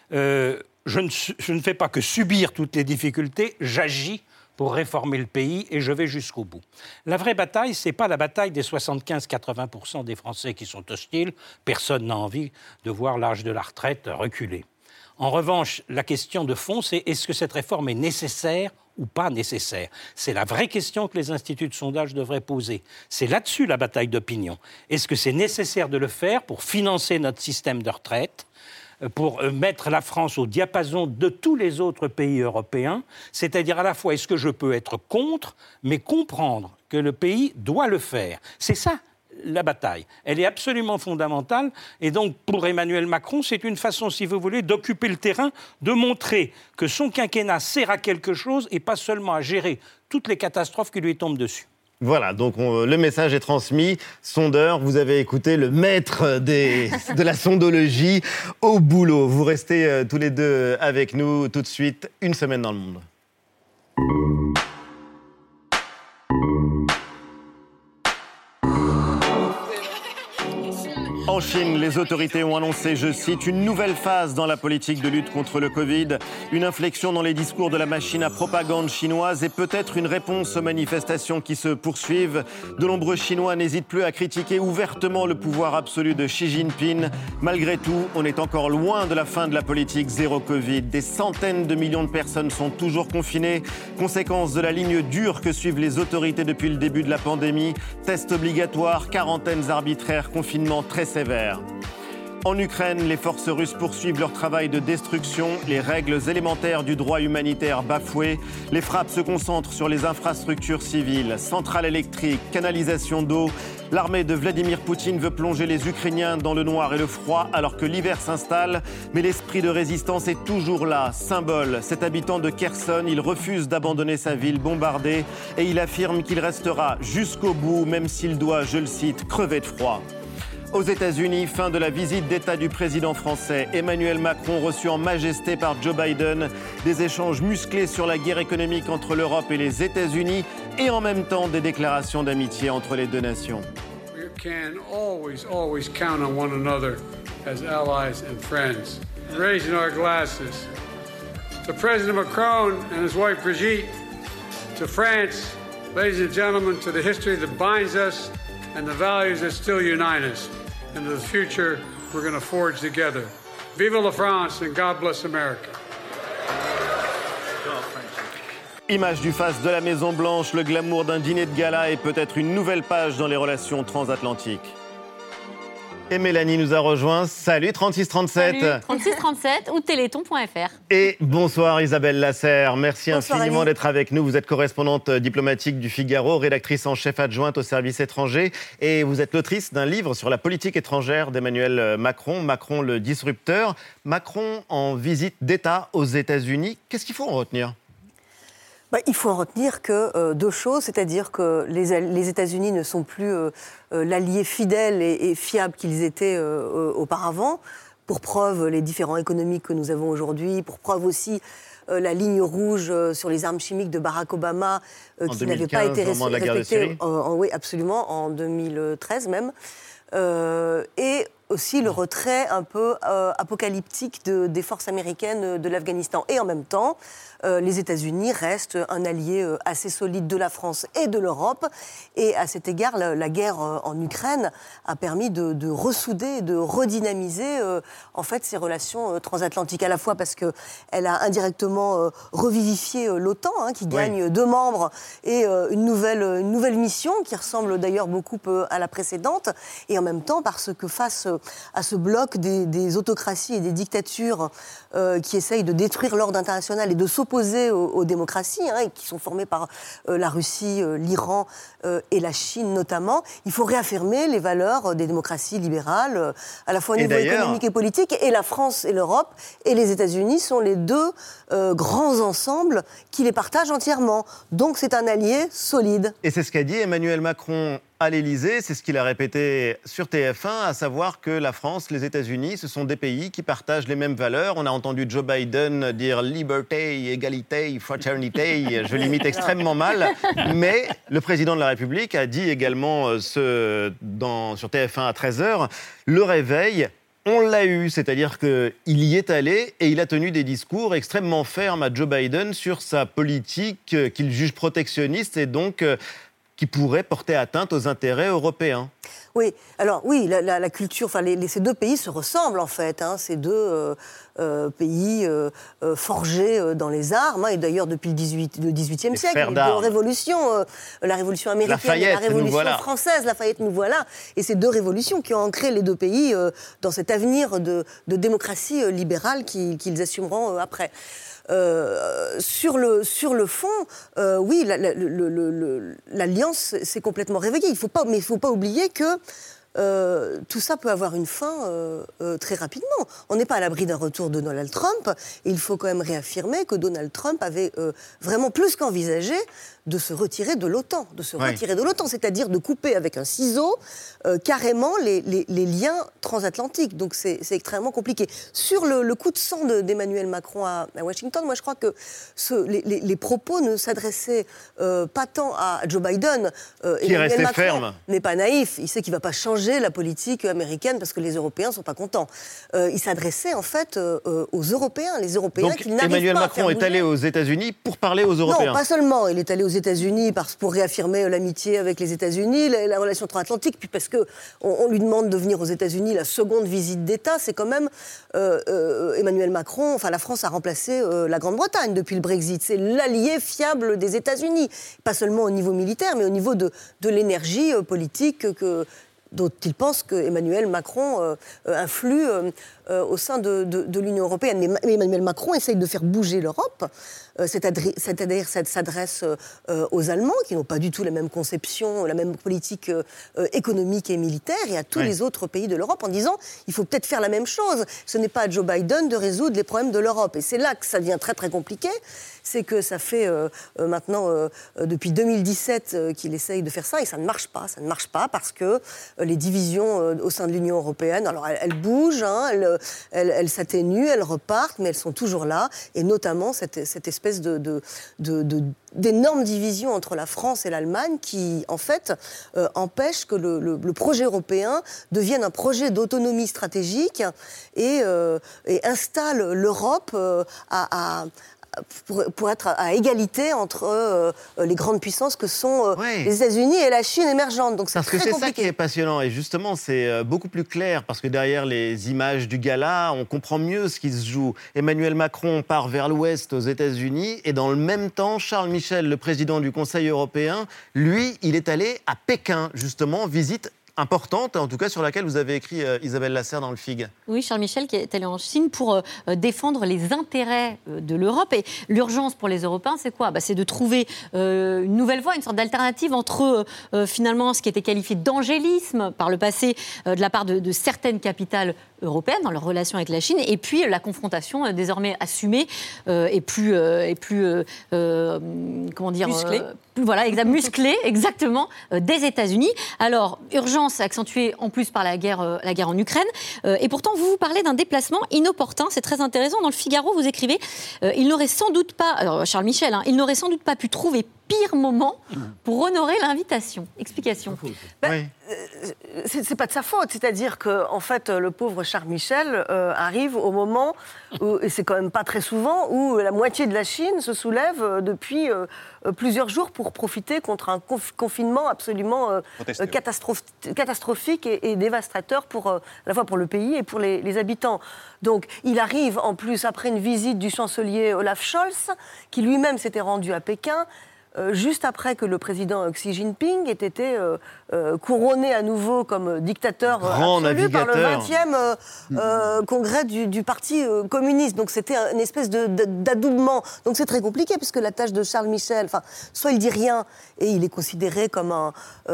je ne fais pas que subir toutes les difficultés, j'agis pour réformer le pays et je vais jusqu'au bout. La vraie bataille, ce n'est pas la bataille des 75-80% des Français qui sont hostiles. Personne n'a envie de voir l'âge de la retraite reculer. En revanche, la question de fond, c'est est-ce que cette réforme est nécessaire ou pas nécessaire ? C'est la vraie question que les instituts de sondage devraient poser. C'est là-dessus la bataille d'opinion. Est-ce que c'est nécessaire de le faire pour financer notre système de retraite ? Pour mettre la France au diapason de tous les autres pays européens, c'est-à-dire à la fois est-ce que je peux être contre, mais comprendre que le pays doit le faire. C'est ça la bataille. Elle est absolument fondamentale et donc pour Emmanuel Macron, c'est une façon, si vous voulez, d'occuper le terrain, de montrer que son quinquennat sert à quelque chose et pas seulement à gérer toutes les catastrophes qui lui tombent dessus. Voilà, donc le message est transmis. Sondeur, vous avez écouté le maître de la sondologie au boulot. Vous restez tous les deux avec nous tout de suite. Une semaine dans le monde. En Chine, les autorités ont annoncé, je cite, une nouvelle phase dans la politique de lutte contre le Covid, une inflexion dans les discours de la machine à propagande chinoise et peut-être une réponse aux manifestations qui se poursuivent. De nombreux Chinois n'hésitent plus à critiquer ouvertement le pouvoir absolu de Xi Jinping. Malgré tout, on est encore loin de la fin de la politique zéro Covid. Des centaines de millions de personnes sont toujours confinées. Conséquence de la ligne dure que suivent les autorités depuis le début de la pandémie. Tests obligatoires, quarantaines arbitraires, confinement très sévère. En Ukraine, les forces russes poursuivent leur travail de destruction, les règles élémentaires du droit humanitaire bafouées. Les frappes se concentrent sur les infrastructures civiles, centrales électriques, canalisations d'eau. L'armée de Vladimir Poutine veut plonger les Ukrainiens dans le noir et le froid alors que l'hiver s'installe. Mais l'esprit de résistance est toujours là, symbole. Cet habitant de Kherson, il refuse d'abandonner sa ville bombardée et il affirme qu'il restera jusqu'au bout, même s'il doit, je le cite, crever de froid. Aux États-Unis, fin de la visite d'État du président français. Emmanuel Macron reçu en majesté par Joe Biden. Des échanges musclés sur la guerre économique entre l'Europe et les États-Unis et en même temps des déclarations d'amitié entre les deux nations. We can always count on one another as allies and friends. Raising our glasses to President Macron and his wife Brigitte, to France, ladies and gentlemen, to the history that binds us and the values that still unite us, and to the future we're going to forge together. Vive la France and God bless America. Image du face de la Maison-Blanche, le glamour d'un dîner de gala et peut-être une nouvelle page dans les relations transatlantiques. Et Mélanie nous a rejoint. Salut 3637. Salut 3637 ou téléthon.fr. Et bonsoir Isabelle Lasserre. Merci infiniment d'être avec nous. Vous êtes correspondante diplomatique du Figaro, rédactrice en chef adjointe au service étranger. Et vous êtes l'autrice d'un livre sur la politique étrangère d'Emmanuel Macron, Macron le disrupteur. Macron en visite d'État aux États-Unis. Qu'est-ce qu'il faut en retenir ? Il faut en retenir que deux choses, c'est-à-dire que les États-Unis ne sont plus l'allié fidèle et fiable qu'ils étaient auparavant. Pour preuve, les différends économiques que nous avons aujourd'hui, pour preuve aussi la ligne rouge sur les armes chimiques de Barack Obama, qui n'avait pas été respectée, oui, absolument, en 2013 même. Et aussi le retrait un peu apocalyptique des forces américaines de l'Afghanistan. Et en même temps, les États-Unis restent un allié assez solide de la France et de l'Europe. Et à cet égard, la guerre en Ukraine a permis de ressouder, de redynamiser en fait ces relations transatlantiques. À la fois parce qu'elle a indirectement revivifié l'OTAN, qui gagne 2 membres et une nouvelle mission qui ressemble d'ailleurs beaucoup à la précédente. Et en même temps parce que face à ce bloc des autocraties et des dictatures qui essayent de détruire l'ordre international et de s'opposer aux démocraties, et qui sont formées par la Russie, l'Iran et la Chine notamment, il faut réaffirmer les valeurs des démocraties libérales, à la fois au niveau économique et politique, et la France et l'Europe et les États-Unis sont les deux grands ensembles qui les partagent entièrement. Donc c'est un allié solide. Et c'est ce qu'a dit Emmanuel Macron à l'Élysée, c'est ce qu'il a répété sur TF1, à savoir que la France, les États-Unis, ce sont des pays qui partagent les mêmes valeurs. On a entendu Joe Biden dire liberté, égalité, fraternité, je l'imite extrêmement mal, mais le président de la République a dit également sur TF1 à 13h, le réveil, on l'a eu, c'est-à-dire qu'il y est allé et il a tenu des discours extrêmement fermes à Joe Biden sur sa politique qu'il juge protectionniste et donc qui pourrait porter atteinte aux intérêts européens. Oui, alors oui, la culture, ces deux pays se ressemblent en fait, ces deux pays forgés dans les armes, et d'ailleurs depuis le XVIIIe siècle, les deux révolutions, la révolution américaine et la révolution française, Lafayette nous voilà, et ces deux révolutions qui ont ancré les deux pays dans cet avenir de démocratie libérale qu'ils assumeront après. Sur le fond, oui, l'alliance s'est complètement réveillée. Mais il ne faut pas oublier que tout ça peut avoir une fin très rapidement. On n'est pas à l'abri d'un retour de Donald Trump. Et il faut quand même réaffirmer que Donald Trump avait vraiment plus qu'envisagé de se retirer de l'OTAN, c'est-à-dire de couper avec un ciseau carrément les liens transatlantiques. Donc c'est extrêmement compliqué. Sur le coup de sang d'Emmanuel Macron à Washington, moi je crois que les propos ne s'adressaient pas tant à Joe Biden. Qui est resté Macron ferme. N'est pas naïf. Il sait qu'il ne va pas changer la politique américaine parce que les Européens ne sont pas contents. Il s'adressait en fait aux Européens, les Européens donc, qui n'arrivent pas à Emmanuel Macron est allé aux États-Unis pour parler aux Européens. Non, pas seulement. Il est allé aux États-Unis pour réaffirmer l'amitié avec les États-Unis, la relation transatlantique, puis parce qu'on lui demande de venir aux États-Unis, la seconde visite d'État, c'est quand même Emmanuel Macron, la France a remplacé la Grande-Bretagne depuis le Brexit. C'est l'allié fiable des États-Unis, pas seulement au niveau militaire, mais au niveau de l'énergie politique dont il pense qu'Emmanuel Macron influe au sein de l'Union européenne. Mais Emmanuel Macron essaye de faire bouger l'Europe, c'est-à-dire s'adresse aux Allemands, qui n'ont pas du tout la même conception, la même politique économique et militaire, et à tous les autres pays de l'Europe, en disant il faut peut-être faire la même chose. Ce n'est pas à Joe Biden de résoudre les problèmes de l'Europe. Et c'est là que ça devient très très compliqué. C'est que ça fait maintenant, depuis 2017, qu'il essaye de faire ça, et ça ne marche pas. Ça ne marche pas parce que les divisions au sein de l'Union européenne, alors elles bougent, elles s'atténuent, elles repartent, mais elles sont toujours là, et notamment cette espèce d'énorme division entre la France et l'Allemagne qui, en fait, empêche que le projet européen devienne un projet d'autonomie stratégique et installe l'Europe pour être à égalité entre les grandes puissances que sont les États-Unis et la Chine émergente. Donc c'est très compliqué. C'est ça qui est passionnant. Et justement, c'est beaucoup plus clair parce que derrière les images du gala, on comprend mieux ce qui se joue. Emmanuel Macron part vers l'ouest aux États-Unis et dans le même temps, Charles Michel, le président du Conseil européen, lui, il est allé à Pékin, justement, visite importante, en tout cas sur laquelle vous avez écrit, Isabelle Lasserre, dans le FIG. Oui, Charles Michel qui est allé en Chine pour défendre les intérêts de l'Europe. Et l'urgence pour les Européens, c'est quoi ? C'est de trouver une nouvelle voie, une sorte d'alternative entre finalement ce qui était qualifié d'angélisme par le passé de la part de certaines capitales européennes, dans leurs relations avec la Chine, et puis la confrontation désormais assumée et plus comment dire, musclée. Musclée, exactement, des États-Unis. Alors, urgence accentuée en plus par la guerre en Ukraine. Et pourtant, vous parlez d'un déplacement inopportun. C'est très intéressant. Dans le Figaro, vous écrivez il n'aurait sans doute pas, alors Charles Michel, il n'aurait sans doute pas pu trouver pire moment pour honorer l'invitation. Explication. C'est pas de sa faute, c'est-à-dire que en fait le pauvre Charles Michel arrive au moment où, et c'est quand même pas très souvent, où la moitié de la Chine se soulève depuis plusieurs jours pour profiter contre un confinement absolument catastrophique et dévastateur à la fois pour le pays et pour les habitants. Donc il arrive en plus après une visite du chancelier Olaf Scholz, qui lui-même s'était rendu à Pékin, juste après que le président Xi Jinping ait été couronné à nouveau comme dictateur absolu par le 20e congrès du Parti communiste. Donc c'était une espèce d'adoubement. Donc c'est très compliqué, puisque la tâche de Charles Michel, soit il dit rien et il est considéré comme un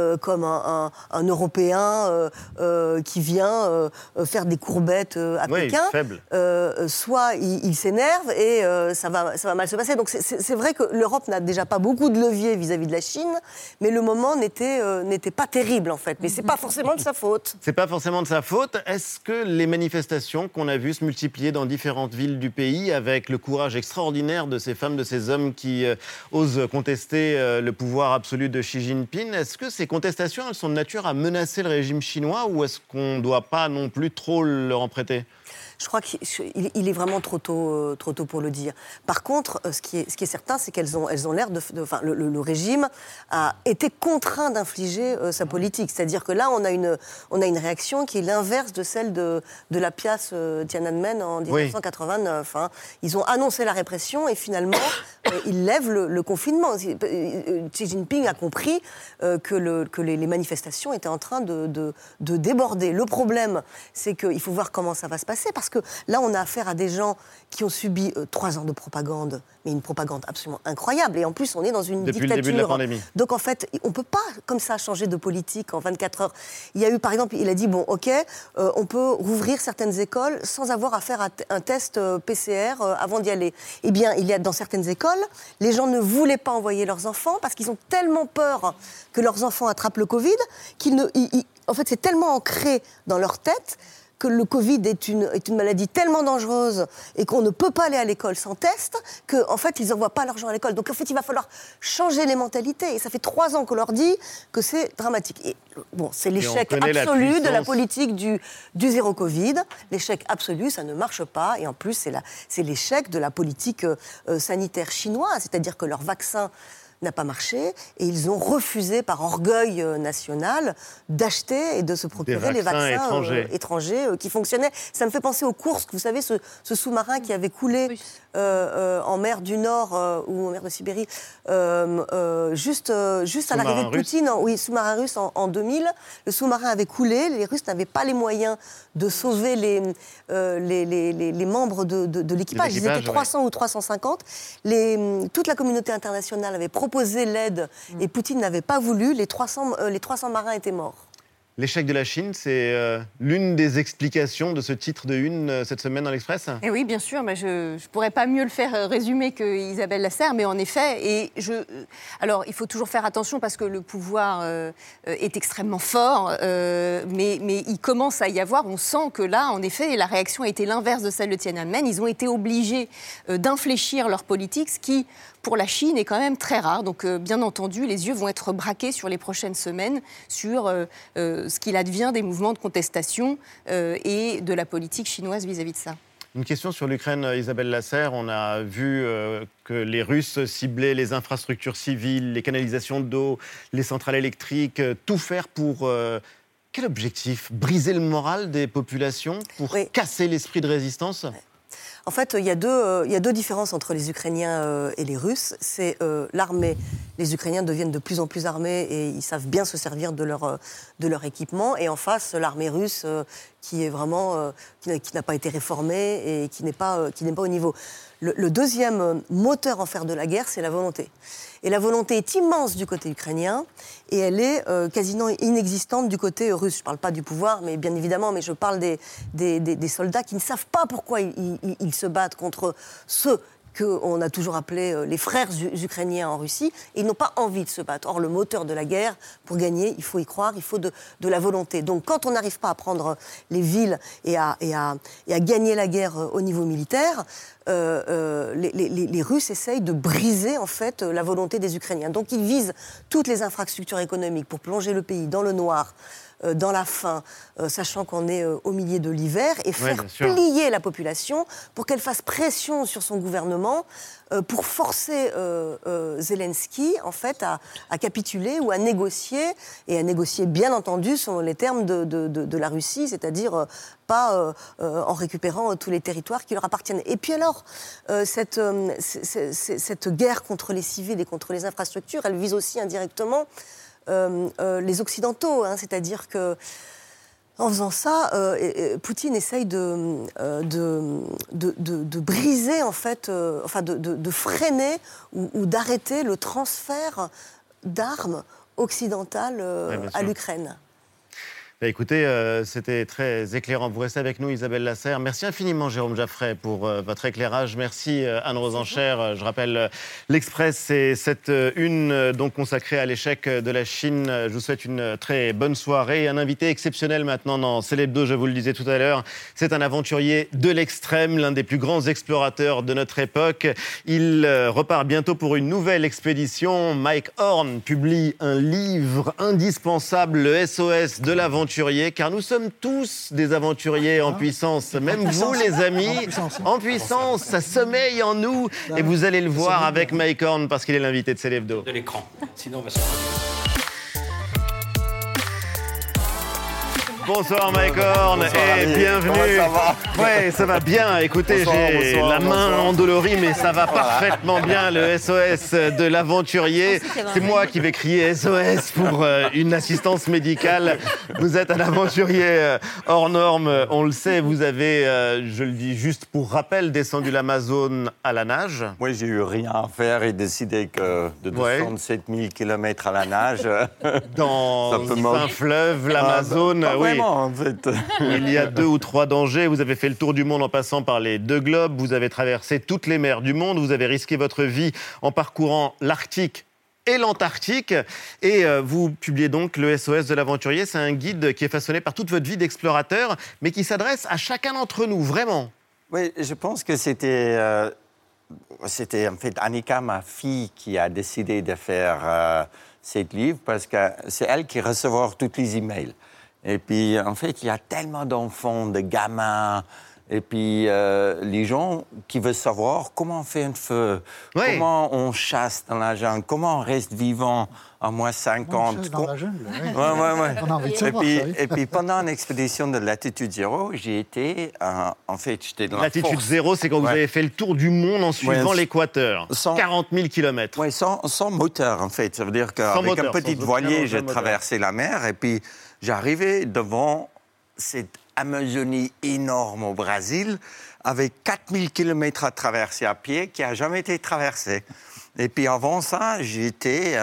Européen qui vient faire des courbettes à Pékin, soit il s'énerve et ça va mal se passer. Donc c'est vrai que l'Europe n'a déjà pas beaucoup de levier vis-à-vis de la Chine, mais le moment n'était pas terrible en fait. Mais c'est pas forcément de sa faute. C'est pas forcément de sa faute. Est-ce que les manifestations qu'on a vues se multiplier dans différentes villes du pays, avec le courage extraordinaire de ces femmes, de ces hommes qui osent contester le pouvoir absolu de Xi Jinping, est-ce que ces contestations, elles sont de nature à menacer le régime chinois, ou est-ce qu'on ne doit pas non plus trop leur en prêter ? Je crois qu'il est vraiment trop tôt pour le dire. Par contre, ce qui est certain, c'est qu'elles ont l'air le régime a été contraint d'infliger sa politique. C'est-à-dire que là, on a une réaction qui est l'inverse de celle de la pièce Tiananmen en 1989. Oui. Ils ont annoncé la répression et finalement, ils lèvent le confinement. Xi Jinping a compris que les manifestations étaient en train de déborder. Le problème, c'est qu'il faut voir comment ça va se passer, parce que là, on a affaire à des gens qui ont subi 3 ans de propagande, mais une propagande absolument incroyable. Et en plus, on est dans une dictature. Depuis le début de la pandémie. Donc, en fait, on ne peut pas, comme ça, changer de politique en 24 heures. Il y a eu, par exemple, il a dit, bon, OK, on peut rouvrir certaines écoles sans avoir à faire un test PCR avant d'y aller. Eh bien, il y a dans certaines écoles, les gens ne voulaient pas envoyer leurs enfants parce qu'ils ont tellement peur que leurs enfants attrapent le Covid en fait, c'est tellement ancré dans leur tête que le Covid est une maladie tellement dangereuse et qu'on ne peut pas aller à l'école sans test, qu'en fait, ils n'envoient pas l'argent à l'école. Donc, en fait, il va falloir changer les mentalités. Et ça fait 3 ans qu'on leur dit que c'est dramatique. Et bon, c'est l'échec absolu de la politique du zéro Covid. L'échec absolu, ça ne marche pas. Et en plus, c'est l'échec de la politique sanitaire chinoise. C'est-à-dire que leur vaccin n'a pas marché, et ils ont refusé par orgueil national d'acheter et de se procurer les vaccins étrangers qui fonctionnaient. Ça me fait penser aux Kursk, vous savez, ce sous-marin qui avait coulé en mer du Nord ou en mer de Sibérie, juste à l'arrivée de Poutine, sous-marin russe en 2000. Le sous-marin avait coulé, les Russes n'avaient pas les moyens de sauver les membres de l'équipage. Ils étaient 300 ou 350. Toute la communauté internationale avait proposé l'aide et Poutine n'avait pas voulu. Les 300 marins étaient morts. L'échec de la Chine, c'est l'une des explications de ce titre de une cette semaine dans l'Express ? Et oui, bien sûr. Mais je ne pourrais pas mieux le faire résumer que Isabelle Lasserre, mais en effet, alors il faut toujours faire attention parce que le pouvoir est extrêmement fort, mais il commence à y avoir, on sent que là, en effet, la réaction a été l'inverse de celle de Tiananmen. Ils ont été obligés d'infléchir leur politique, ce qui, pour la Chine, est quand même très rare. Donc, bien entendu, les yeux vont être braqués sur les prochaines semaines sur ce qu'il advient des mouvements de contestation et de la politique chinoise vis-à-vis de ça. Une question sur l'Ukraine, Isabelle Lasserre. On a vu que les Russes ciblaient les infrastructures civiles, les canalisations d'eau, les centrales électriques, tout faire pour... quel objectif ? Briser le moral des populations pour casser l'esprit de résistance ? En fait, il y a deux différences entre les Ukrainiens et les Russes. C'est l'armée. Les Ukrainiens deviennent de plus en plus armés et ils savent bien se servir de leur équipement. Et en face, l'armée russe qui est vraiment qui n'a pas été réformée et qui n'est pas au niveau. Le deuxième moteur en fer de la guerre, c'est la volonté. Et la volonté est immense du côté ukrainien et elle est quasiment inexistante du côté russe. Je ne parle pas du pouvoir, mais bien évidemment, mais je parle des soldats qui ne savent pas pourquoi ils se battent contre ceux qu'on a toujours appelés les frères ukrainiens en Russie, et ils n'ont pas envie de se battre. Or, le moteur de la guerre, pour gagner, il faut y croire, il faut de la volonté. Donc, quand on n'arrive pas à prendre les villes et à gagner la guerre au niveau militaire, les Russes essayent de briser, en fait, la volonté des Ukrainiens. Donc, ils visent toutes les infrastructures économiques pour plonger le pays dans le noir, dans la faim, sachant qu'on est au milieu de l'hiver, et faire plier la population pour qu'elle fasse pression sur son gouvernement pour forcer Zelensky, en fait, à capituler ou à négocier, et à négocier, bien entendu, selon les termes de la Russie, c'est-à-dire pas en récupérant tous les territoires qui leur appartiennent. Et puis alors, cette guerre contre les civils et contre les infrastructures, elle vise aussi indirectement les Occidentaux, hein, c'est-à-dire que en faisant ça, Poutine essaye de briser, en fait, de freiner ou d'arrêter le transfert d'armes occidentales à l'Ukraine. Écoutez, c'était très éclairant. Vous restez avec nous, Isabelle Lasserre. Merci infiniment, Jérôme Jaffray, pour votre éclairage. Merci, Anne-Rose Ancher. Je rappelle, l'Express, c'est cette une donc consacrée à l'échec de la Chine. Je vous souhaite une très bonne soirée. Un invité exceptionnel maintenant dans C'est l'Hebdo, je vous le disais tout à l'heure. C'est un aventurier de l'extrême, l'un des plus grands explorateurs de notre époque. Il repart bientôt pour une nouvelle expédition. Mike Horn publie un livre indispensable, le SOS de l'aventure. Car nous sommes tous des aventuriers en puissance. Même vous, les amis, en puissance, ça sommeille en nous. Et vous allez le voir avec Mike Horn parce qu'il est l'invité de C'est l'Hebdo. De l'écran. Sinon, on va se... Bonsoir Mike Horn et bienvenue. Comment ça va ? Ouais, ça va bien. Écoutez, j'ai la main endolorie, mais ça va parfaitement bien. Le SOS de l'aventurier. C'est moi qui vais crier SOS pour une assistance médicale. Vous êtes un aventurier hors norme, on le sait. Vous avez, je le dis juste pour rappel, descendu l'Amazone à la nage. Oui, j'ai eu rien à faire et décidé que de descendre 7000 km à la nage. Dans un fleuve, l'Amazone. Oui. En fait. Il y a 2 ou 3 dangers. Vous avez fait le tour du monde en passant par les 2 globes. Vous avez traversé toutes les mers du monde. Vous avez risqué votre vie en parcourant l'Arctique et l'Antarctique. Et vous publiez donc le SOS de l'aventurier. C'est un guide qui est façonné par toute votre vie d'explorateur, mais qui s'adresse à chacun d'entre nous, vraiment. Oui, je pense que c'était en fait Annika, ma fille, qui a décidé de faire ce livre parce que c'est elle qui recevait tous les emails. Et puis, en fait, il y a tellement d'enfants, de gamins, et puis les gens qui veulent savoir comment on fait un feu, comment on chasse dans la jungle, comment on reste vivant à moins 50. On chasse dans la jungle, oui. Ouais. On a envie de savoir, et puis, pendant une expédition de Latitude Zéro, j'ai été, en fait, j'étais dans la force. Latitude Zéro, c'est quand vous avez fait le tour du monde en suivant l'équateur. 40 000 km. Oui, sans moteur, en fait. Ça veut dire qu'avec un petit voilier, j'ai traversé la mer, et puis j'arrivais devant cette Amazonie énorme au Brésil, avec 4000 km à traverser à pied, qui n'a jamais été traversée. Et puis avant ça, j'étais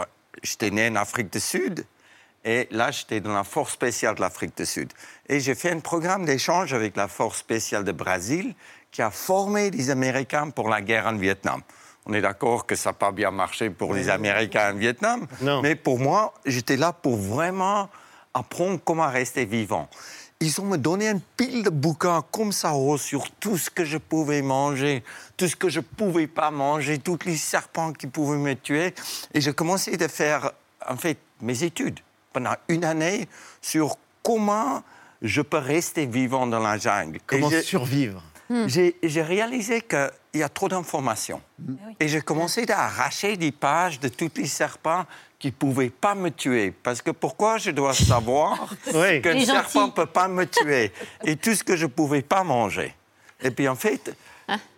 né en Afrique du Sud, et là, j'étais dans la Force spéciale de l'Afrique du Sud. Et j'ai fait un programme d'échange avec la Force spéciale de Brésil, qui a formé les Américains pour la guerre en Vietnam. On est d'accord que ça n'a pas bien marché pour les Américains en Vietnam, mais pour moi, j'étais là pour vraiment apprendre comment rester vivant. Ils ont me donné une pile de bouquins comme ça sur tout ce que je pouvais manger, tout ce que je ne pouvais pas manger, tous les serpents qui pouvaient me tuer. Et j'ai commencé à faire, en fait, mes études pendant une année sur comment je peux rester vivant dans la jungle. Comment survivre. J'ai réalisé qu'il y a trop d'informations. Et j'ai commencé à arracher des pages de tous les serpents qui ne pouvaient pas me tuer. Parce que pourquoi je dois savoir qu'un serpent ne peut pas me tuer et tout ce que je ne pouvais pas manger. Et puis en fait,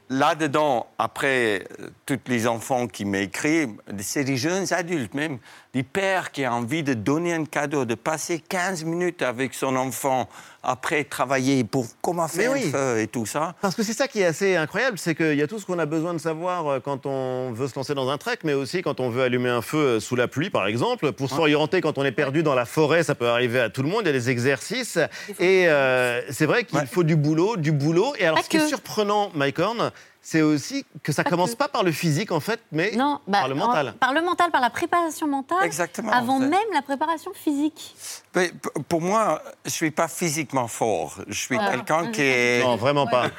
là-dedans, après, tous les enfants qui m'écrivent, c'est des jeunes adultes même, du père qui a envie de donner un cadeau, de passer 15 minutes avec son enfant, après travailler pour comment faire un feu et tout ça. Parce que c'est ça qui est assez incroyable, c'est qu'il y a tout ce qu'on a besoin de savoir quand on veut se lancer dans un trek, mais aussi quand on veut allumer un feu sous la pluie, par exemple. Pour s'orienter quand on est perdu dans la forêt, ça peut arriver à tout le monde, il y a des exercices. Et c'est vrai qu'il faut du boulot. Et alors, ce qui est surprenant, Mike Horn, c'est aussi que ça commence pas par le physique, en fait, mais par le mental. Par le mental, par la préparation mentale, avant même la préparation physique. Mais pour moi, je ne suis pas physiquement fort. Je suis quelqu'un qui est... Non, vraiment pas.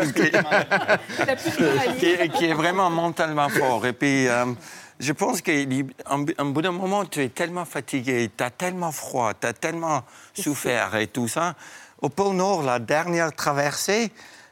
qui est vraiment mentalement fort. Et puis, je pense qu'à un bout d'un moment, tu es tellement fatigué, tu as tellement froid, tu as tellement souffert et tout ça. Au pôle Nord, la dernière traversée,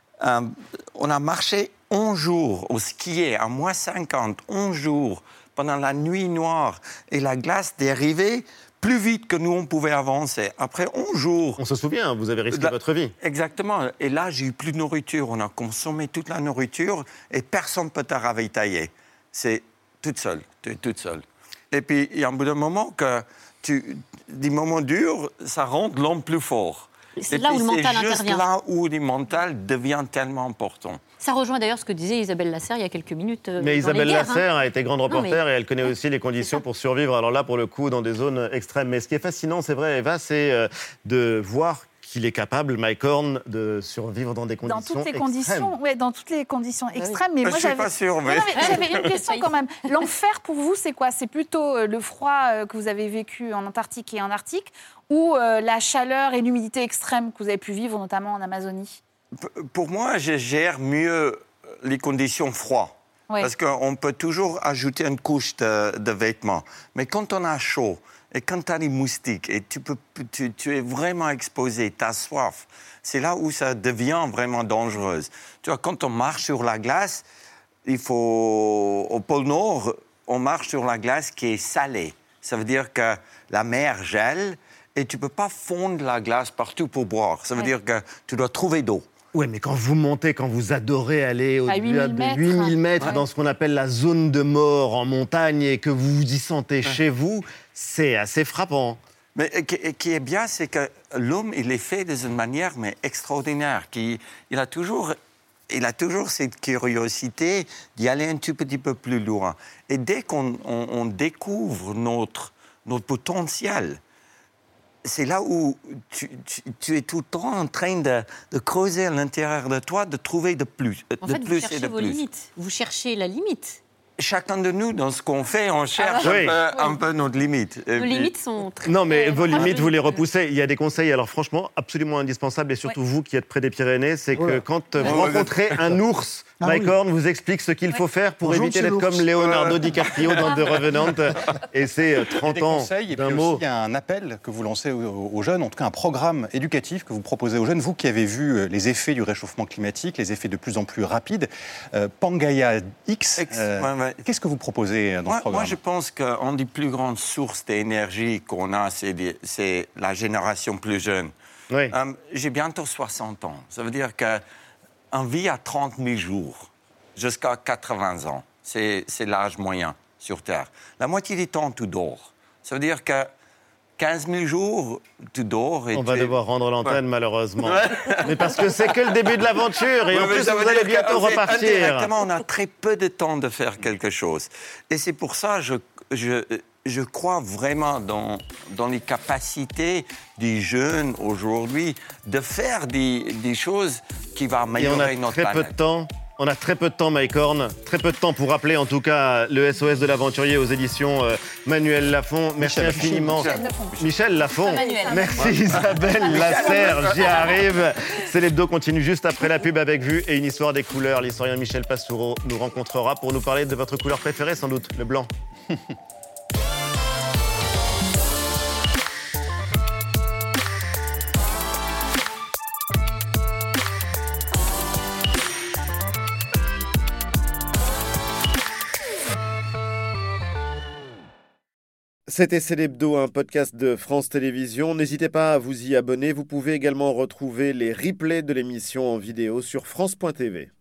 on a marché 11 jours au skier, à moins 50, 11 jours, pendant la nuit noire. Et la glace dérivait plus vite que nous, on pouvait avancer. Après 11 jours... On se souvient, vous avez risqué votre vie. Exactement. Et là, j'ai eu plus de nourriture. On a consommé toute la nourriture et personne ne peut te ravitailler. C'est toute seule. Tu es toute seule. Et puis, il y a un bout d'un moment que des moments durs, ça rend l'homme plus fort. C'est là où le mental intervient. C'est juste là où le mental devient tellement important. Ça rejoint d'ailleurs ce que disait Isabelle Lasserre il y a quelques minutes. Mais Isabelle Lasserre a été grande reporter et elle connaît aussi les conditions pour survivre. Alors là, pour le coup, dans des zones extrêmes. Mais ce qui est fascinant, c'est vrai, Eva, c'est de voir qu'il est capable, Mike Horn, de survivre dans des conditions extrêmes. Dans toutes les conditions extrêmes. Mais moi, je suis pas sûr, mais... j'avais une question quand même. L'enfer, pour vous, c'est quoi? C'est plutôt le froid que vous avez vécu en Antarctique et en Arctique ou la chaleur et l'humidité extrême que vous avez pu vivre, notamment en Amazonie? Pour moi, je gère mieux les conditions froides. Oui. Parce qu'on peut toujours ajouter une couche de vêtements. Mais quand on a chaud, et quand tu as des moustiques, et tu es vraiment exposé, tu as soif, c'est là où ça devient vraiment dangereux. Tu vois, quand on marche sur la glace, au pôle Nord, on marche sur la glace qui est salée. Ça veut dire que la mer gèle et tu ne peux pas fondre la glace partout pour boire. Ça veut dire que tu dois trouver d'eau. Oui, mais quand vous montez, quand vous adorez aller au-delà de 8000 mètres dans ce qu'on appelle la zone de mort en montagne et que vous vous y sentez chez vous, c'est assez frappant. Mais qui est bien, c'est que l'homme, il est fait d'une manière extraordinaire. Il a toujours cette curiosité d'y aller un tout petit peu plus loin. Et dès qu'on découvre notre potentiel, c'est là où tu es tout le temps en train de creuser à l'intérieur de toi, de trouver de plus. En fait, vous cherchez vos limites. Vous cherchez la limite. Chacun de nous, dans ce qu'on fait, on cherche un peu notre limite. Nos limites sont très... Non, mais vos limites, vous les repoussez. Il y a des conseils, alors franchement, absolument indispensables, et surtout vous qui êtes près des Pyrénées, c'est que quand vous rencontrez un ours, Mike Horn vous explique ce qu'il faut faire pour éviter d'être comme Leonardo DiCaprio dans The Revenant. Et c'est 30 ans d'un mot. Il y a un appel que vous lancez aux jeunes, en tout cas un programme éducatif que vous proposez aux jeunes. Vous qui avez vu les effets du réchauffement climatique, les effets de plus en plus rapides, Pangaea X, qu'est-ce que vous proposez dans ce programme? Moi, je pense qu'une des plus grandes sources d'énergie qu'on a, c'est la génération plus jeune. Oui. J'ai bientôt 60 ans. Ça veut dire qu'on vit à 30 000 jours, jusqu'à 80 ans. C'est l'âge moyen sur Terre. La moitié du temps, tu dors. Ça veut dire que 15 000 jours, tu dors. Et on va devoir rendre l'antenne, malheureusement. Mais parce que c'est que le début de l'aventure. Et en plus, vous allez bientôt repartir. Indirectement, on a très peu de temps de faire quelque chose. Et c'est pour ça que je crois vraiment dans les capacités des jeunes aujourd'hui de faire des choses qui vont améliorer notre planète. Très peu de temps. On a très peu de temps, Mike Horn. Très peu de temps pour rappeler, en tout cas, le SOS de l'aventurier aux éditions Manuel Lafon. Merci infiniment. Michel Lafon. Merci Isabelle Lasserre, j'y arrive. C'est l'hebdo continue juste après la pub avec Vue et une histoire des couleurs. L'historien Michel Pastoureau nous rencontrera pour nous parler de votre couleur préférée, sans doute, le blanc. C'était C'est l'hebdo, un podcast de France Télévisions. N'hésitez pas à vous y abonner. Vous pouvez également retrouver les replays de l'émission en vidéo sur France.tv.